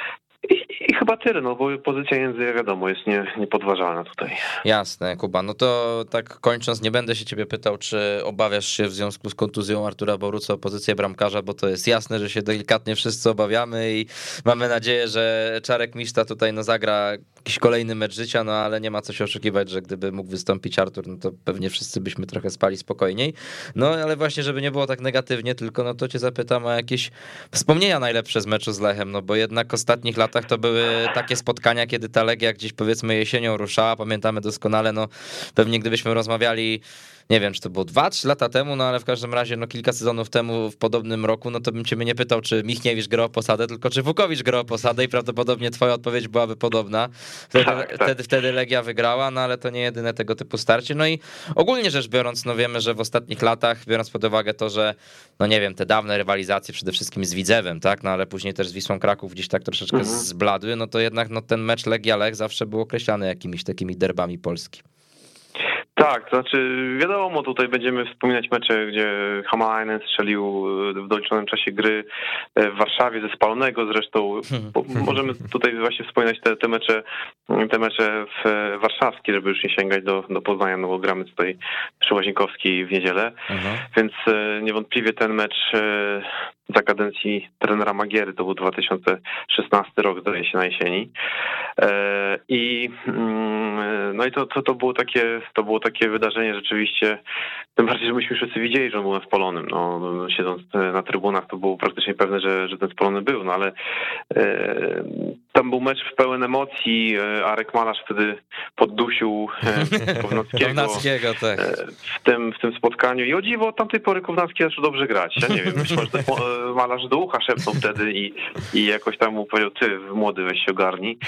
I chyba tyle, no bo pozycja Jędrzeja wiadomo jest niepodważalna tutaj. Jasne, Kuba. No to tak kończąc, nie będę się ciebie pytał, czy obawiasz się w związku z kontuzją Artura Boruca o pozycję bramkarza, bo to jest jasne, że się delikatnie wszyscy obawiamy i mamy nadzieję, że Czarek Miszta tutaj zagra jakiś kolejny mecz życia, no ale nie ma co się oszukiwać, że gdyby mógł wystąpić Artur, no to pewnie wszyscy byśmy trochę spali spokojniej. No ale właśnie, żeby nie było tak negatywnie, tylko no to cię zapytam o jakieś wspomnienia najlepsze z meczu z Lechem, no bo jednak w ostatnich latach to były takie spotkania, kiedy ta Legia gdzieś powiedzmy jesienią ruszała, pamiętamy doskonale, no pewnie gdybyśmy rozmawiali, nie wiem, czy to było 2-3 lata temu, no ale w każdym razie no kilka sezonów temu w podobnym roku, no to bym cię nie pytał, czy Michniewicz grał o posadę, tylko czy Wukowicz grał o posadę i prawdopodobnie twoja odpowiedź byłaby podobna. Wtedy Legia wygrała, no ale to nie jedyne tego typu starcie. No i ogólnie rzecz biorąc, no wiemy, że w ostatnich latach, biorąc pod uwagę to, że no nie wiem, te dawne rywalizacje przede wszystkim z Widzewem, tak, no ale później też z Wisłą Kraków gdzieś tak troszeczkę zbladły, no to jednak no ten mecz Legia-Lech zawsze był określany jakimiś takimi derbami Polski. Tak, to znaczy wiadomo, tutaj będziemy wspominać mecze, gdzie Hamalainen strzelił w doliczonym czasie gry w Warszawie ze spalonego zresztą. Możemy tutaj właśnie wspominać te mecze warszawskie, żeby już nie sięgać do Poznania, no bo gramy tutaj przy Łazienkowskiej w niedzielę. Więc niewątpliwie ten mecz za kadencji trenera Magiery, to był 2016 rok, zdaje się, na jesieni. No i to było takie wydarzenie rzeczywiście, tym bardziej, że myśmy wszyscy widzieli, że on był na spalonym. No, siedząc na trybunach, to było praktycznie pewne, że ten spalony był, no ale tam był mecz pełen emocji. Arek Malarz wtedy poddusił Kownackiego tak. w tym spotkaniu i o dziwo od tamtej pory Kownacki zaczął dobrze grać. Ja nie wiem, być może Malarz do ucha szepnął wtedy i jakoś tam mu powiedział, ty młody, weź się ogarnij.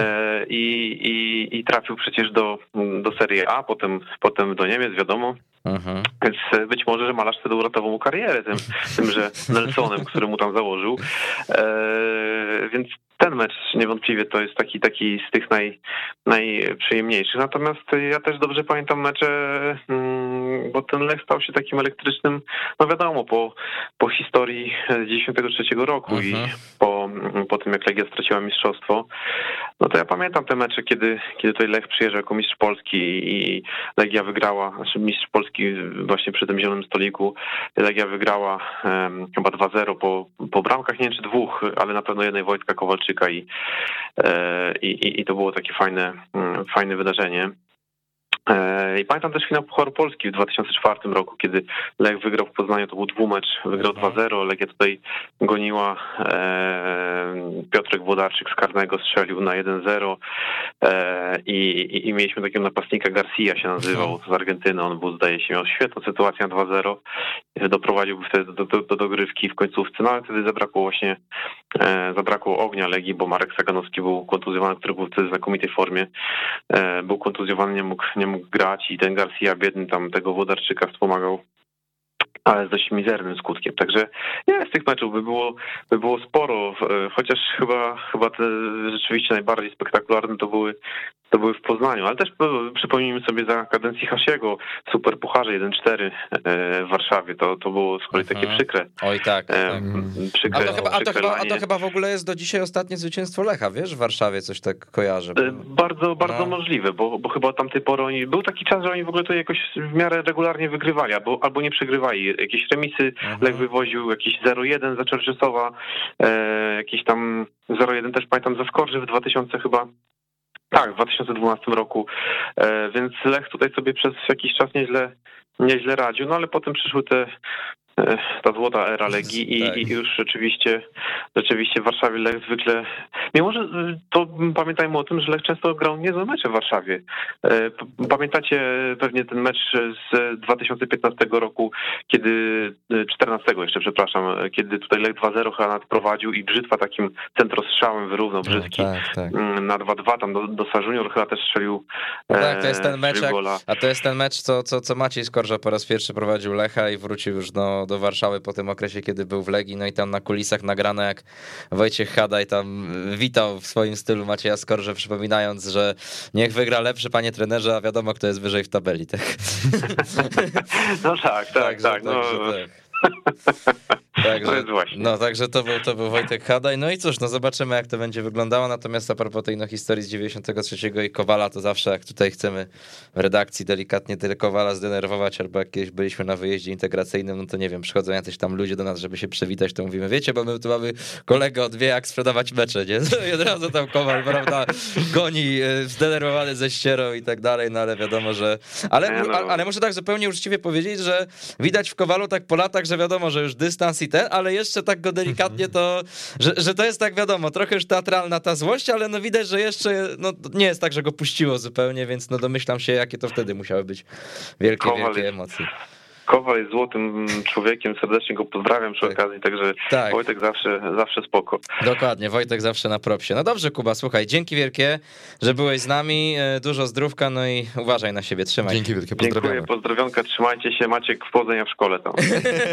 I trafił przecież do Serie A, potem do Niemiec, wiadomo. Więc być może, że Malarz wtedy uratował mu karierę tymże Nelsonem, który mu tam założył. Więc ten mecz niewątpliwie to jest taki z tych najprzyjemniejszych. Natomiast ja też dobrze pamiętam mecze, bo ten Lech stał się takim elektrycznym, no wiadomo, po historii z 1993 roku i po tym, jak Legia straciła mistrzostwo. No to ja pamiętam te mecze, kiedy tutaj Lech przyjeżdżał jako mistrz Polski i Legia wygrała, znaczy mistrz Polski właśnie przy tym zielonym stoliku, Legia wygrała chyba 2-0 po bramkach, nie wiem czy 2, ale na pewno jednej Wojtka Kowalczyka i to było takie fajne wydarzenie. I pamiętam też finał Pucharu Polski w 2004 roku, kiedy Lech wygrał w Poznaniu, to był dwumecz, wygrał 2-0, Legia tutaj goniła, Piotrek Włodarczyk z karnego strzelił na 1-0 i mieliśmy takiego napastnika, Garcia się nazywał, z Argentyny, on był, zdaje się, miał świetną sytuację na 2-0, doprowadziłby wtedy do dogrywki w końcówce, no ale wtedy zabrakło ognia Legii, bo Marek Saganowski był kontuzjowany, który był wtedy w znakomitej formie, był kontuzjowany, nie mógł grać i ten Garcia biedny tam tego Włodarczyka wspomagał, ale z dość mizernym skutkiem. Także z tych meczów by było sporo, chociaż chyba te rzeczywiście najbardziej spektakularne to były w Poznaniu, ale też przypomnijmy sobie za kadencji Hasiego Super Pucharze 1-4 w Warszawie, to było z kolei takie przykre. Oj tak. Przykre a to chyba w ogóle jest do dzisiaj ostatnie zwycięstwo Lecha, wiesz, w Warszawie coś tak kojarzę. Bardzo możliwe, bo chyba od tamtej pory był taki czas, że oni w ogóle to jakoś w miarę regularnie wygrywali, albo nie przegrywali. Jakieś remisy Lech wywoził, jakieś 0-1 za Czerczesowa, jakiś tam 0-1 też pamiętam za Skorży w 2000 chyba. Tak, w 2012 roku, więc Lech tutaj sobie przez jakiś czas nieźle radził, no ale potem przyszły ta złota era Legii i już rzeczywiście w Warszawie Lech zwykle, mimo że to pamiętajmy o tym, że Lech często grał niezłe mecze w Warszawie. Pamiętacie pewnie ten mecz z 2015 roku, 14 jeszcze, przepraszam, kiedy tutaj Lech 2-0 chyba nadprowadził i Brzytwa takim centrostrzałem wyrównał Brzydki na 2-2, tam do Junior chyba też strzelił. Tak, to jest ten mecz, a to jest ten mecz, co Maciej Skorża po raz pierwszy prowadził Lecha i wrócił już do Warszawy po tym okresie, kiedy był w Legii, no i tam na kulisach nagrane, jak Wojciech Hadaj tam witał w swoim stylu Macieja Skorżę, przypominając, że niech wygra lepszy, panie trenerze, a wiadomo, kto jest wyżej w tabeli. Tak? No tak. Także, no także to był Wojtek Hadaj. No i cóż, no zobaczymy jak to będzie wyglądało. Natomiast a propos tej historii z 93 i Kowala, to zawsze jak tutaj chcemy w redakcji delikatnie tyle Kowala zdenerwować, albo jak kiedyś byliśmy na wyjeździe integracyjnym, no to nie wiem, przychodzą jacyś tam ludzie do nas, żeby się przywitać, to mówimy, wiecie, bo my tu mamy kolegę od wie jak sprzedawać mecze, nie? I od razu tam Kowal, prawda, goni zdenerwowany ze ścierą i tak dalej, no ale wiadomo, że... Ale muszę tak zupełnie uczciwie powiedzieć, że widać w Kowalu tak po latach, że wiadomo, że już dystans i ale jeszcze tak go delikatnie to, że to jest tak wiadomo, trochę już teatralna ta złość, ale no widać, że jeszcze no, nie jest tak, że go puściło zupełnie, więc no domyślam się, jakie to wtedy musiały być wielkie emocje. Kowal jest złotym człowiekiem, serdecznie go pozdrawiam przy okazji, także tak. Wojtek zawsze spoko. Dokładnie, Wojtek zawsze na propsie. No dobrze, Kuba, słuchaj, dzięki wielkie, że byłeś z nami, dużo zdrówka, no i uważaj na siebie, trzymaj się. Dzięki wielkie, pozdrawiamy. Dziękuję, pozdrowionka, trzymajcie się, Maciek, powodzenia w szkole tam.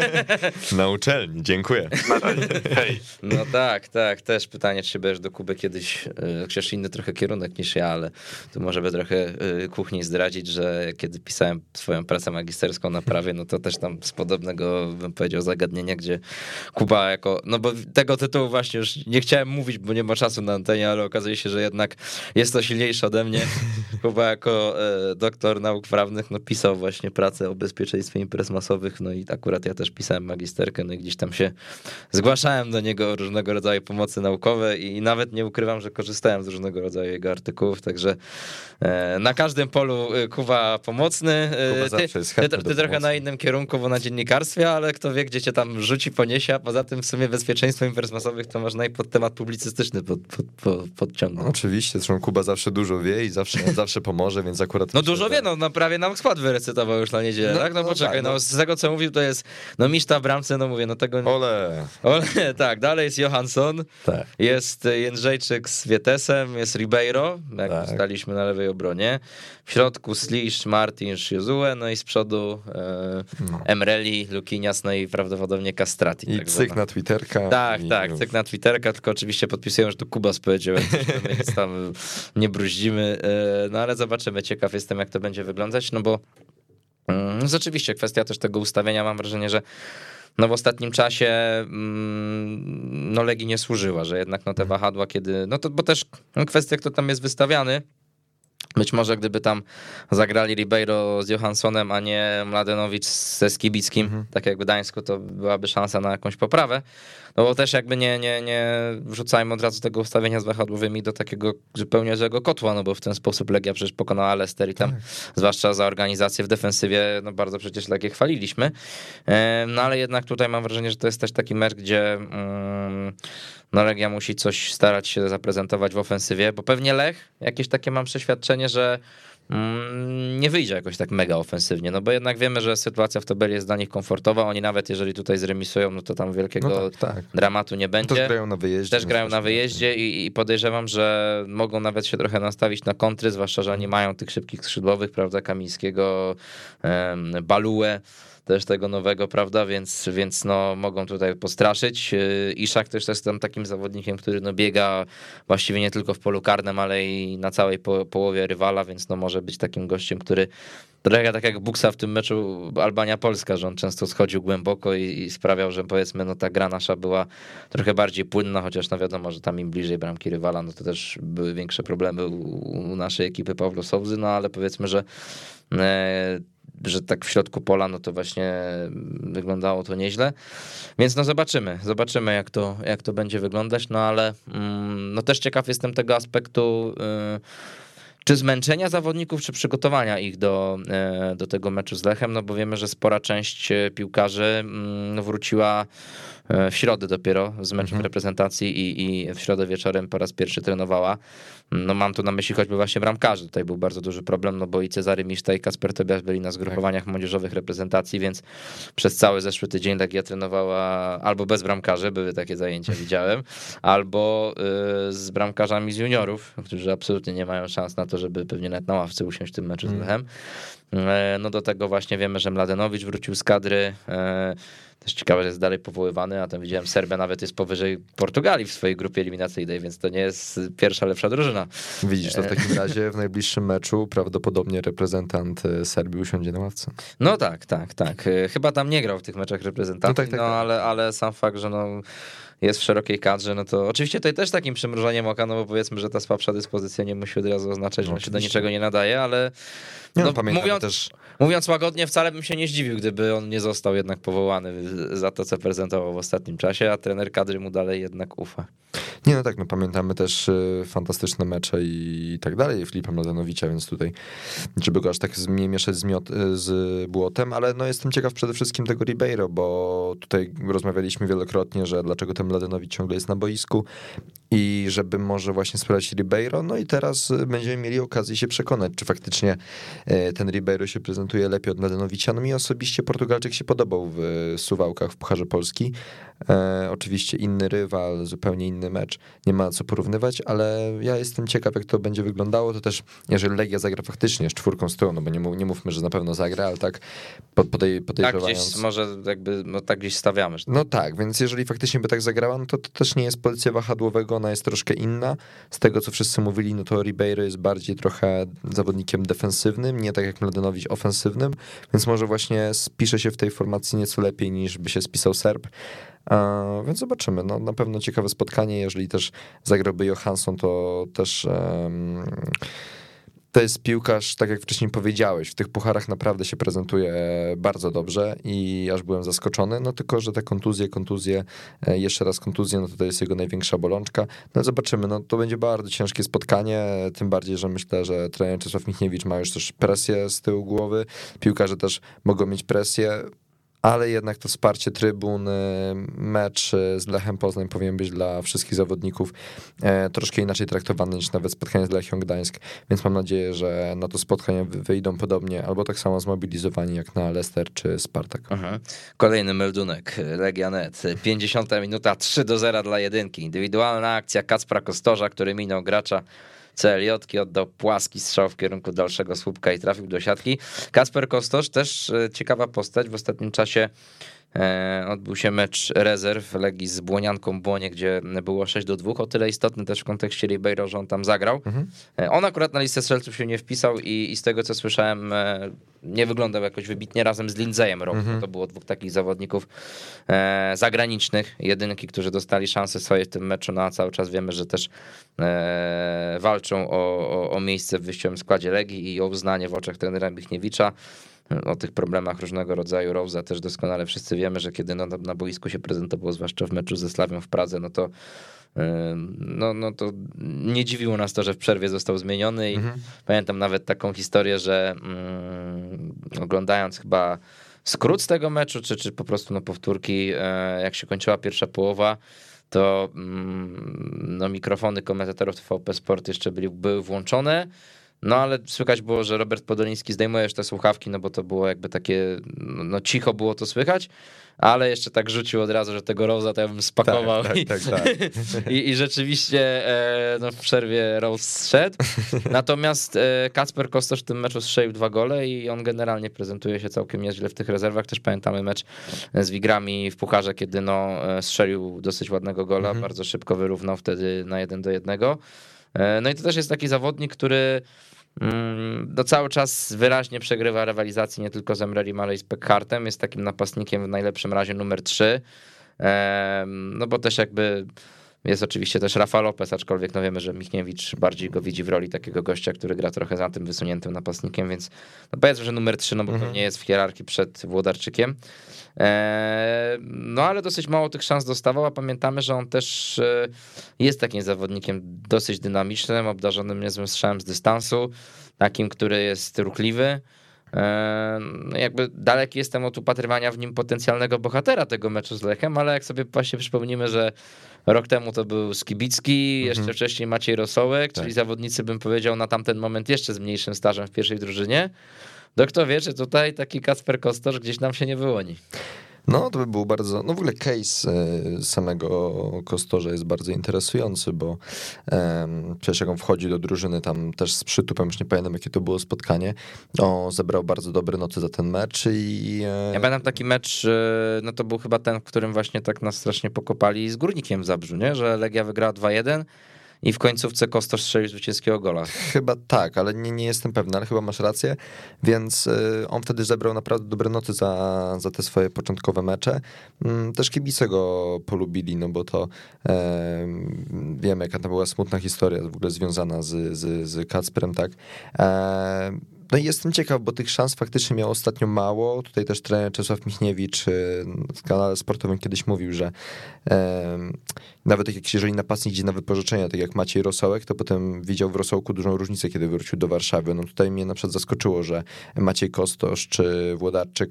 Na uczelni, dziękuję. Na razie, hej. No tak, też pytanie, czy będziesz do Kuby kiedyś, chociaż inny trochę kierunek niż ja, ale tu może by trochę kuchni zdradzić, że kiedy pisałem swoją pracę magisterską na prawie, no to też tam z podobnego, bym powiedział, zagadnienia, gdzie Kuba jako, no bo tego tytułu właśnie już nie chciałem mówić, bo nie ma czasu na antenie, ale okazuje się, że jednak jest to silniejsze ode mnie. Kuba jako doktor nauk prawnych, no pisał właśnie pracę o bezpieczeństwie imprez masowych, no i akurat ja też pisałem magisterkę, no i gdzieś tam się zgłaszałem do niego o różnego rodzaju pomocy naukowe i nawet nie ukrywam, że korzystałem z różnego rodzaju jego artykułów, także na każdym polu Kuba pomocny. Ty trochę na innym kierunku, bo na dziennikarstwie, ale kto wie, gdzie cię tam rzuci, poniesie, a poza tym w sumie bezpieczeństwo imprez masowych to można i pod temat publicystyczny podciągnąć. Oczywiście, zresztą Kuba zawsze dużo wie i zawsze pomoże, więc akurat... No dużo wie, no prawie nam skład wyrecytował już na niedzielę, tak? No poczekaj, tak, z tego co mówił to jest, no Miszta w bramce, no mówię, no tego... Ole, tak, dalej jest Johansson, tak. Jest Jędrzejczyk z Wietesem, jest Ribeiro, jak staliśmy na lewej obronie, w środku Slisz, Martins, Jozue, no i z przodu Emreli, Lukinias, no i prawdopodobnie Castrati. I tak cyk na Twitterka. Tak, cyk na Twitterka, tylko oczywiście podpisują, że to Kubas powiedział, my nic tam nie bruździmy, no ale zobaczymy, ciekaw jestem jak to będzie wyglądać, no bo rzeczywiście kwestia też tego ustawienia, mam wrażenie, że no w ostatnim czasie no Legii nie służyła, że jednak no te wahadła, kiedy, no to bo też kwestia, kto tam jest wystawiany, być może gdyby tam zagrali Ribeiro z Johanssonem, a nie Mladenowicz ze Skibickim, tak jak w Gdańsku, to byłaby szansa na jakąś poprawę. No bo też jakby nie wrzucajmy od razu tego ustawienia z wahadłowymi do takiego zupełnie złego kotła, no bo w ten sposób Legia przecież pokonała Leicester i tam, zwłaszcza za organizację w defensywie, no bardzo przecież Legię chwaliliśmy. No ale jednak tutaj mam wrażenie, że to jest też taki mecz, gdzie no Legia musi coś starać się zaprezentować w ofensywie, bo pewnie Lech, jakieś takie mam przeświadczenie, że nie wyjdzie jakoś tak mega ofensywnie, no bo jednak wiemy, że sytuacja w tabeli jest dla nich komfortowa, oni nawet jeżeli tutaj zremisują, no to tam wielkiego dramatu nie będzie. Też grają na wyjeździe i podejrzewam, że mogą nawet się trochę nastawić na kontry, zwłaszcza, że oni mają tych szybkich skrzydłowych, prawda, Kamińskiego, Baluę, też tego nowego, prawda, więc no mogą tutaj postraszyć. Iszak też jest tam takim zawodnikiem, który no biega właściwie nie tylko w polu karnym, ale i na całej połowie rywala, więc no może być takim gościem, który trochę tak jak Buksa w tym meczu Albania-Polska, że on często schodził głęboko i sprawiał, że powiedzmy no ta gra nasza była trochę bardziej płynna, chociaż no wiadomo, że tam im bliżej bramki rywala, no to też były większe problemy u naszej ekipy Pawła Sołzy, no ale powiedzmy, że tak w środku pola, no to właśnie wyglądało to nieźle. Więc no zobaczymy jak to będzie wyglądać, no ale no też ciekaw jestem tego aspektu czy zmęczenia zawodników, czy przygotowania ich do tego meczu z Lechem, no bo wiemy, że spora część piłkarzy wróciła w środę dopiero z meczem reprezentacji i w środę wieczorem po raz pierwszy trenowała. No mam tu na myśli choćby właśnie bramkarzy. Tutaj był bardzo duży problem, no bo i Cezary Miszta i Kasper Tobiasz byli na zgrupowaniach młodzieżowych reprezentacji, więc przez cały zeszły tydzień Legia trenowała albo bez bramkarzy, były takie zajęcia, widziałem, albo z bramkarzami z juniorów, którzy absolutnie nie mają szans na to, żeby pewnie nawet na ławce usiąść w tym meczu z Lechem. No do tego właśnie wiemy, że Mladenowicz wrócił z kadry, Też ciekawe, że jest dalej powoływany, a tam widziałem, Serbia nawet jest powyżej Portugalii w swojej grupie eliminacyjnej, więc to nie jest pierwsza lepsza drużyna. Widzisz, to w takim razie w najbliższym meczu prawdopodobnie reprezentant Serbii usiądzie na ławce. No tak. Chyba tam nie grał w tych meczach reprezentacji, tak. Ale sam fakt, że jest w szerokiej kadrze, no to oczywiście tutaj też takim przymrużeniem oka, no bo powiedzmy, że ta słabsza dyspozycja nie musi od razu oznaczać, że on się do niczego nie nadaje, ale mówiąc łagodnie, wcale bym się nie zdziwił, gdyby on nie został jednak powołany za to, co prezentował w ostatnim czasie, a trener kadry mu dalej jednak ufa. Nie, no tak, no pamiętamy też fantastyczne mecze i tak dalej Filipa Mladenowicza, więc tutaj, żeby go aż tak nie mieszać z błotem, ale no jestem ciekaw przede wszystkim tego Ribeiro, bo tutaj rozmawialiśmy wielokrotnie, że dlaczego ten Mladenowicz ciągle jest na boisku i żeby może właśnie sprawdzić Ribeiro, no i teraz będziemy mieli okazję się przekonać, czy faktycznie ten Ribeiro się prezentuje lepiej od Mladenowicza. No mi osobiście Portugalczyk się podobał w Suwałkach w Pucharze Polski. Oczywiście inny rywal, zupełnie inny mecz, nie ma co porównywać, ale ja jestem ciekaw, jak to będzie wyglądało. To też, jeżeli Legia zagra faktycznie z 4 z tyłu, no bo nie mówmy, że na pewno zagra, ale tak podejrzewając... Tak gdzieś może jakby, no tak gdzieś stawiamy. Że... No tak, więc jeżeli faktycznie by tak zagrała, no to też nie jest pozycja wahadłowego, ona jest troszkę inna. Z tego, co wszyscy mówili, no to Ribeiro jest bardziej trochę zawodnikiem defensywnym, nie tak jak Mladenowicz ofensywnym, więc może właśnie spisze się w tej formacji nieco lepiej niż by się spisał Serb. Więc zobaczymy. No, na pewno ciekawe spotkanie. Jeżeli też zagrałby Johansson, to też to jest piłkarz, tak jak wcześniej powiedziałeś, w tych pucharach naprawdę się prezentuje bardzo dobrze i aż byłem zaskoczony, no tylko, że te kontuzje, jeszcze raz kontuzje, no to jest jego największa bolączka. No zobaczymy, no to będzie bardzo ciężkie spotkanie, tym bardziej, że myślę, że trener Czesław Michniewicz ma już też presję z tyłu głowy, piłkarze też mogą mieć presję, ale jednak to wsparcie trybun, mecz z Lechem Poznań powinien być dla wszystkich zawodników troszkę inaczej traktowany niż nawet spotkanie z Lechią Gdańsk, więc mam nadzieję, że na to spotkanie wyjdą podobnie, albo tak samo zmobilizowani jak na Leicester czy Spartak. Kolejny meldunek, Legia.net, 50 minuta, 3-0 dla jedynki, indywidualna akcja Kacpra Kostorza, który minął gracza CLJ, oddał płaski strzał w kierunku dalszego słupka i trafił do siatki. Kacper Kostorz też ciekawa postać. W ostatnim czasie odbył się mecz rezerw Legii z Błonianką Błonie, gdzie było 6-2. O tyle istotny też w kontekście Ribeiro, że on tam zagrał. On akurat na listę strzelców się nie wpisał i z tego, co słyszałem, nie wyglądał jakoś wybitnie razem z Lindseyem Rowe. To było 2 takich zawodników zagranicznych, jedynki, którzy dostali szansę swoje w tym meczu, no a cały czas wiemy, że też walczą o miejsce w wyjściowym składzie Legii i o uznanie w oczach trenera Michniewicza. O tych problemach różnego rodzaju Rowe'a też doskonale wszyscy wiemy, że kiedy na boisku się prezentował, zwłaszcza w meczu ze Slawią w Pradze, no to nie dziwiło nas to, że w przerwie został zmieniony i pamiętam nawet taką historię, że oglądając chyba skrót z tego meczu, czy po prostu powtórki, jak się kończyła pierwsza połowa, to mikrofony komentatorów TVP Sport jeszcze były włączone. No ale słychać było, że Robert Podoliński zdejmuje już te słuchawki, no bo to było jakby takie, no cicho było to słychać, ale jeszcze tak rzucił od razu, że tego Rose'a to ja bym spakował. Tak. I rzeczywiście w przerwie Rose zszedł. Natomiast Kacper Kostorz w tym meczu strzelił 2 gole i on generalnie prezentuje się całkiem nieźle w tych rezerwach. Też pamiętamy mecz z Wigrami w Pucharze, kiedy strzelił dosyć ładnego gola, bardzo szybko wyrównał wtedy na 1-1. No i to też jest taki zawodnik, który cały czas wyraźnie przegrywa rywalizację nie tylko z Emrelim, ale i z Pekhartem. Jest takim napastnikiem w najlepszym razie numer 3. No bo też jakby jest oczywiście też Rafa Lopez, aczkolwiek no wiemy, że Michniewicz bardziej go widzi w roli takiego gościa, który gra trochę za tym wysuniętym napastnikiem, więc no powiedzmy, że numer 3, no bo to nie jest w hierarchii przed Włodarczykiem. No ale dosyć mało tych szans dostawał, a pamiętamy, że on też jest takim zawodnikiem dosyć dynamicznym, obdarzonym niezłym strzałem z dystansu, takim, który jest ruchliwy. Jakby daleki jestem od upatrywania w nim potencjalnego bohatera tego meczu z Lechem, ale jak sobie właśnie przypomnimy, że rok temu to był Skibicki, jeszcze wcześniej Maciej Rosołek, czyli zawodnicy, bym powiedział, na tamten moment jeszcze z mniejszym stażem w pierwszej drużynie, to kto wie, czy tutaj taki Kacper Kostorz gdzieś nam się nie wyłoni. No to by był bardzo, no w ogóle case samego Kostorza jest bardzo interesujący, bo przecież jak on wchodzi do drużyny tam też z przytupem, już nie pamiętam jakie to było spotkanie, zebrał bardzo dobre noty za ten mecz i... Ja pamiętam taki mecz, no to był chyba ten, w którym właśnie tak nas strasznie pokopali z Górnikiem w Zabrzu, nie? Że Legia wygrała 2-1 i w końcówce Kostosz strzelił zwycięskiego gola. Chyba tak, ale nie jestem pewny, ale chyba masz rację, więc on wtedy zebrał naprawdę dobre noty za te swoje początkowe mecze. Też kibice go polubili, no bo to wiemy, jaka to była smutna historia w ogóle związana z Kacprem, tak. No i jestem ciekaw, bo tych szans faktycznie miał ostatnio mało. Tutaj też trener Czesław Michniewicz w kanale sportowym kiedyś mówił, że nawet jeżeli napastnik idzie na wypożyczenia, tak jak Maciej Rosołek, to potem widział w Rosołku dużą różnicę, kiedy wrócił do Warszawy. No tutaj mnie na przykład zaskoczyło, że Maciej Kostosz czy Włodarczyk,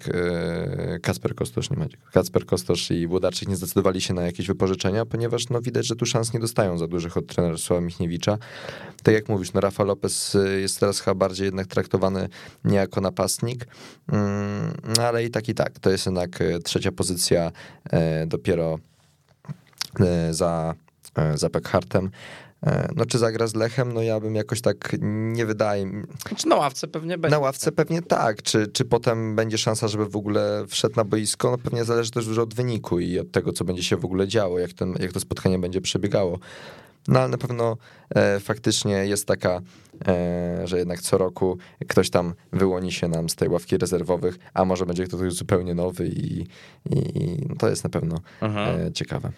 Kacper Kostosz i Włodarczyk nie zdecydowali się na jakieś wypożyczenia, ponieważ no widać, że tu szans nie dostają za dużych od trenera Czesława Michniewicza. Tak jak mówisz, no Rafa Lopez jest teraz chyba bardziej jednak traktowany nie jako napastnik, ale i tak. To jest jednak trzecia pozycja dopiero za Pekhartem. No czy zagra z Lechem? No ja bym jakoś tak nie wydaje mi... Znaczy na ławce pewnie będzie. Na ławce pewnie tak. Czy potem będzie szansa, żeby w ogóle wszedł na boisko? No pewnie zależy też dużo od wyniku i od tego, co będzie się w ogóle działo, jak to spotkanie będzie przebiegało. No ale na pewno faktycznie jest taka, że jednak co roku ktoś tam wyłoni się nam z tej ławki rezerwowych, a może będzie ktoś zupełnie nowy i to jest na pewno ciekawe.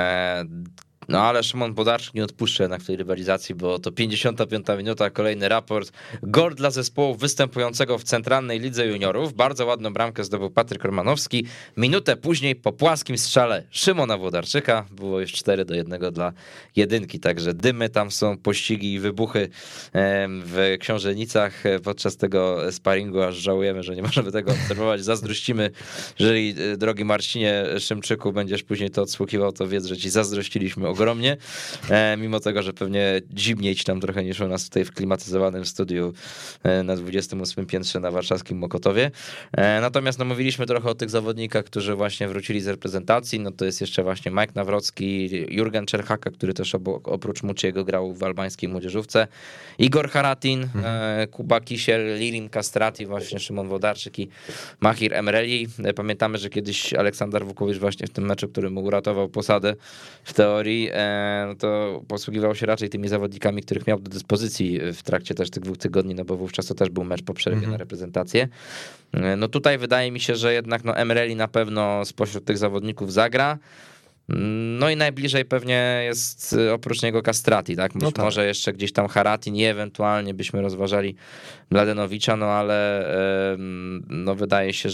No ale Szymon Włodarczyk nie odpuszcza jednak w tej rywalizacji, bo to 55 minuta, kolejny raport. Gol dla zespołu występującego w Centralnej Lidze Juniorów. Bardzo ładną bramkę zdobył Patryk Romanowski. Minutę później po płaskim strzale Szymona Włodarczyka było już 4-1 dla jedynki, także dymy tam są, pościgi i wybuchy w Książenicach podczas tego sparingu, aż żałujemy, że nie możemy tego obserwować. Zazdrościmy, jeżeli drogi Marcinie Szymczyku będziesz później to odsłuchiwał, to wiedz, że ci zazdrościliśmy ogromnie, mimo tego, że pewnie zimniej ci tam trochę niż u nas tutaj w klimatyzowanym studiu na 28 piętrze na warszawskim Mokotowie. Natomiast no, mówiliśmy trochę o tych zawodnikach, którzy właśnie wrócili z reprezentacji, no to jest jeszcze właśnie Mike Nawrocki, Jurgen Czerhaka, który też oprócz Muciego grał w albańskiej młodzieżówce, Igor Haratin, Kuba Kisiel, Lirim Kastrati, właśnie Szymon Włodarczyk i Mahir Emreli. Pamiętamy, że kiedyś Aleksander Wukowicz właśnie w tym meczu, który mu uratował posadę w teorii, to posługiwał się raczej tymi zawodnikami, których miał do dyspozycji w trakcie też tych 2 tygodni, no bo wówczas to też był mecz po przerwie na reprezentację. No tutaj wydaje mi się, że jednak no Emreli na pewno spośród tych zawodników zagra. No i najbliżej pewnie jest oprócz niego Kastrati, tak? No tak. Może jeszcze gdzieś tam Haratin i ewentualnie byśmy rozważali Mladenowicza, no ale no wydaje się,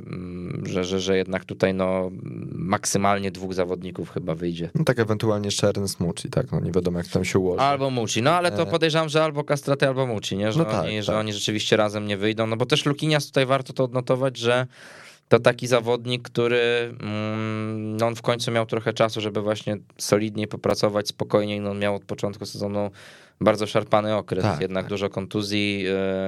że jednak tutaj no maksymalnie 2 zawodników chyba wyjdzie. No tak, ewentualnie jeszcze Ernest Muci, tak, no nie wiadomo jak tam się ułoży. Albo Muci, no ale to podejrzewam, że albo Kastrati, albo Muci, nie? Że, no że oni rzeczywiście razem nie wyjdą, no bo też Lukinias tutaj warto to odnotować, że to taki zawodnik, który no on w końcu miał trochę czasu, żeby właśnie solidniej popracować, spokojniej. No on miał od początku sezonu bardzo szarpany okres, jednak dużo kontuzji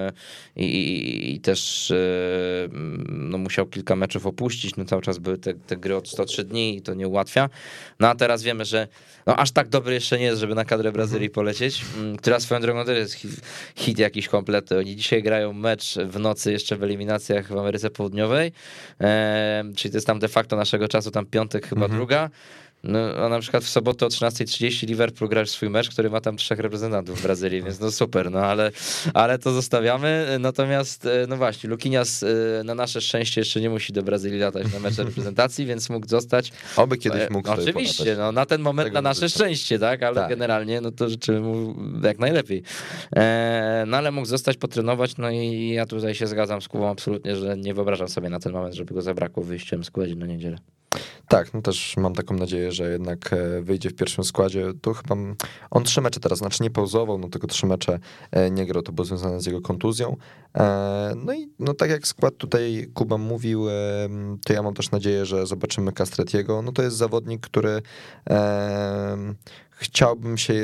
i też no musiał kilka meczów opuścić, no cały czas były te gry od 103 dni i to nie ułatwia. No a teraz wiemy, że no aż tak dobry jeszcze nie jest, żeby na kadrę Brazylii polecieć, która swoją drogą to jest hit jakiś kompletny. Oni dzisiaj grają mecz w nocy jeszcze w eliminacjach w Ameryce Południowej, czyli to jest tam de facto naszego czasu, tam piątek chyba druga. No, a na przykład w sobotę o 13:30 Liverpool gra swój mecz, który ma tam 3 reprezentantów w Brazylii, więc no super, no ale to zostawiamy. Natomiast no właśnie, Lukinias na nasze szczęście jeszcze nie musi do Brazylii latać na mecze reprezentacji, więc mógł zostać. Oby kiedyś mógł no, oczywiście, no na ten moment na nasze szczęście, tak, ale generalnie no to życzymy mu jak najlepiej. No ale mógł zostać, potrenować, no i ja tutaj się zgadzam z Kubą absolutnie, że nie wyobrażam sobie na ten moment, żeby go zabrakło wyjściem z kładzie na niedzielę. Tak, no też mam taką nadzieję, że jednak wyjdzie w pierwszym składzie. Tu chyba on 3 mecze teraz, znaczy nie pauzował, no tylko 3 mecze nie grał, to było związane z jego kontuzją. No i no tak jak skład tutaj Kuba mówił, to ja mam też nadzieję, że zobaczymy Castratiego. No to jest zawodnik, który chciałbym się,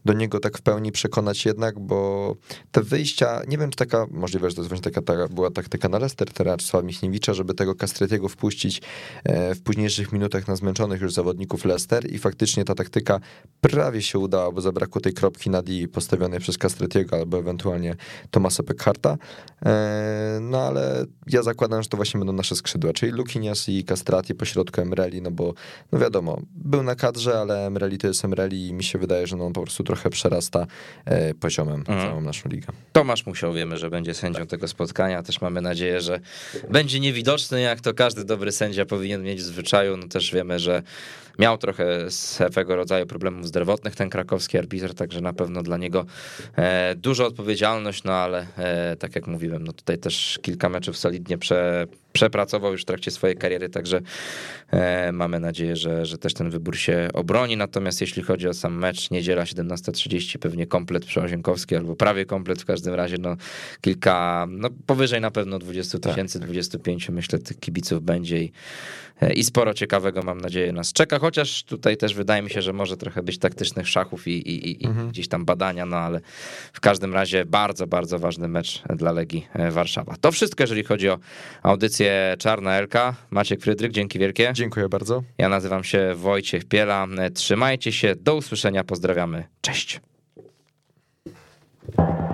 do niego tak w pełni przekonać jednak, bo te wyjścia, nie wiem, czy taka, możliwe, że to jest właśnie taka była taktyka na Leicester teraz Sława Michniewicza, żeby tego Castratiego wpuścić w późniejszych minutach na zmęczonych już zawodników Leicester i faktycznie ta taktyka prawie się udała, bo zabrakło tej kropki nad i postawionej przez Castratiego albo ewentualnie Thomasa Pekharta, no ale ja zakładam, że to właśnie będą nasze skrzydła, czyli Luquinhas i Castrati, pośrodku Emreli, no bo no wiadomo, był na kadrze, ale Emreli to jest Emreli i mi się wydaje, że on po prostu trochę przerasta poziomem całą naszą ligę. Tomasz Musiał, wiemy, że będzie sędzią tego spotkania, też mamy nadzieję, że będzie niewidoczny, jak to każdy dobry sędzia powinien mieć w zwyczaju, no też wiemy, że miał trochę swego rodzaju problemów zdrowotnych ten krakowski arbiter, także na pewno dla niego duża odpowiedzialność, no ale tak jak mówiłem, no tutaj też kilka meczów solidnie przepracował już w trakcie swojej kariery, także mamy nadzieję, że też ten wybór się obroni, natomiast jeśli chodzi o sam mecz, niedziela 17:30, pewnie komplet przełazienkowski, albo prawie komplet, w każdym razie no kilka, no powyżej na pewno 20 000, 25, myślę, tych kibiców będzie i sporo ciekawego, mam nadzieję, nas czeka, chociaż tutaj też wydaje mi się, że może trochę być taktycznych szachów i gdzieś tam badania, no ale w każdym razie bardzo, bardzo ważny mecz dla Legii Warszawa. To wszystko, jeżeli chodzi o audycję Czarna Elka. Maciek Frydrych, dzięki wielkie. Dziękuję bardzo. Ja nazywam się Wojciech Piela. Trzymajcie się, do usłyszenia, pozdrawiamy, cześć.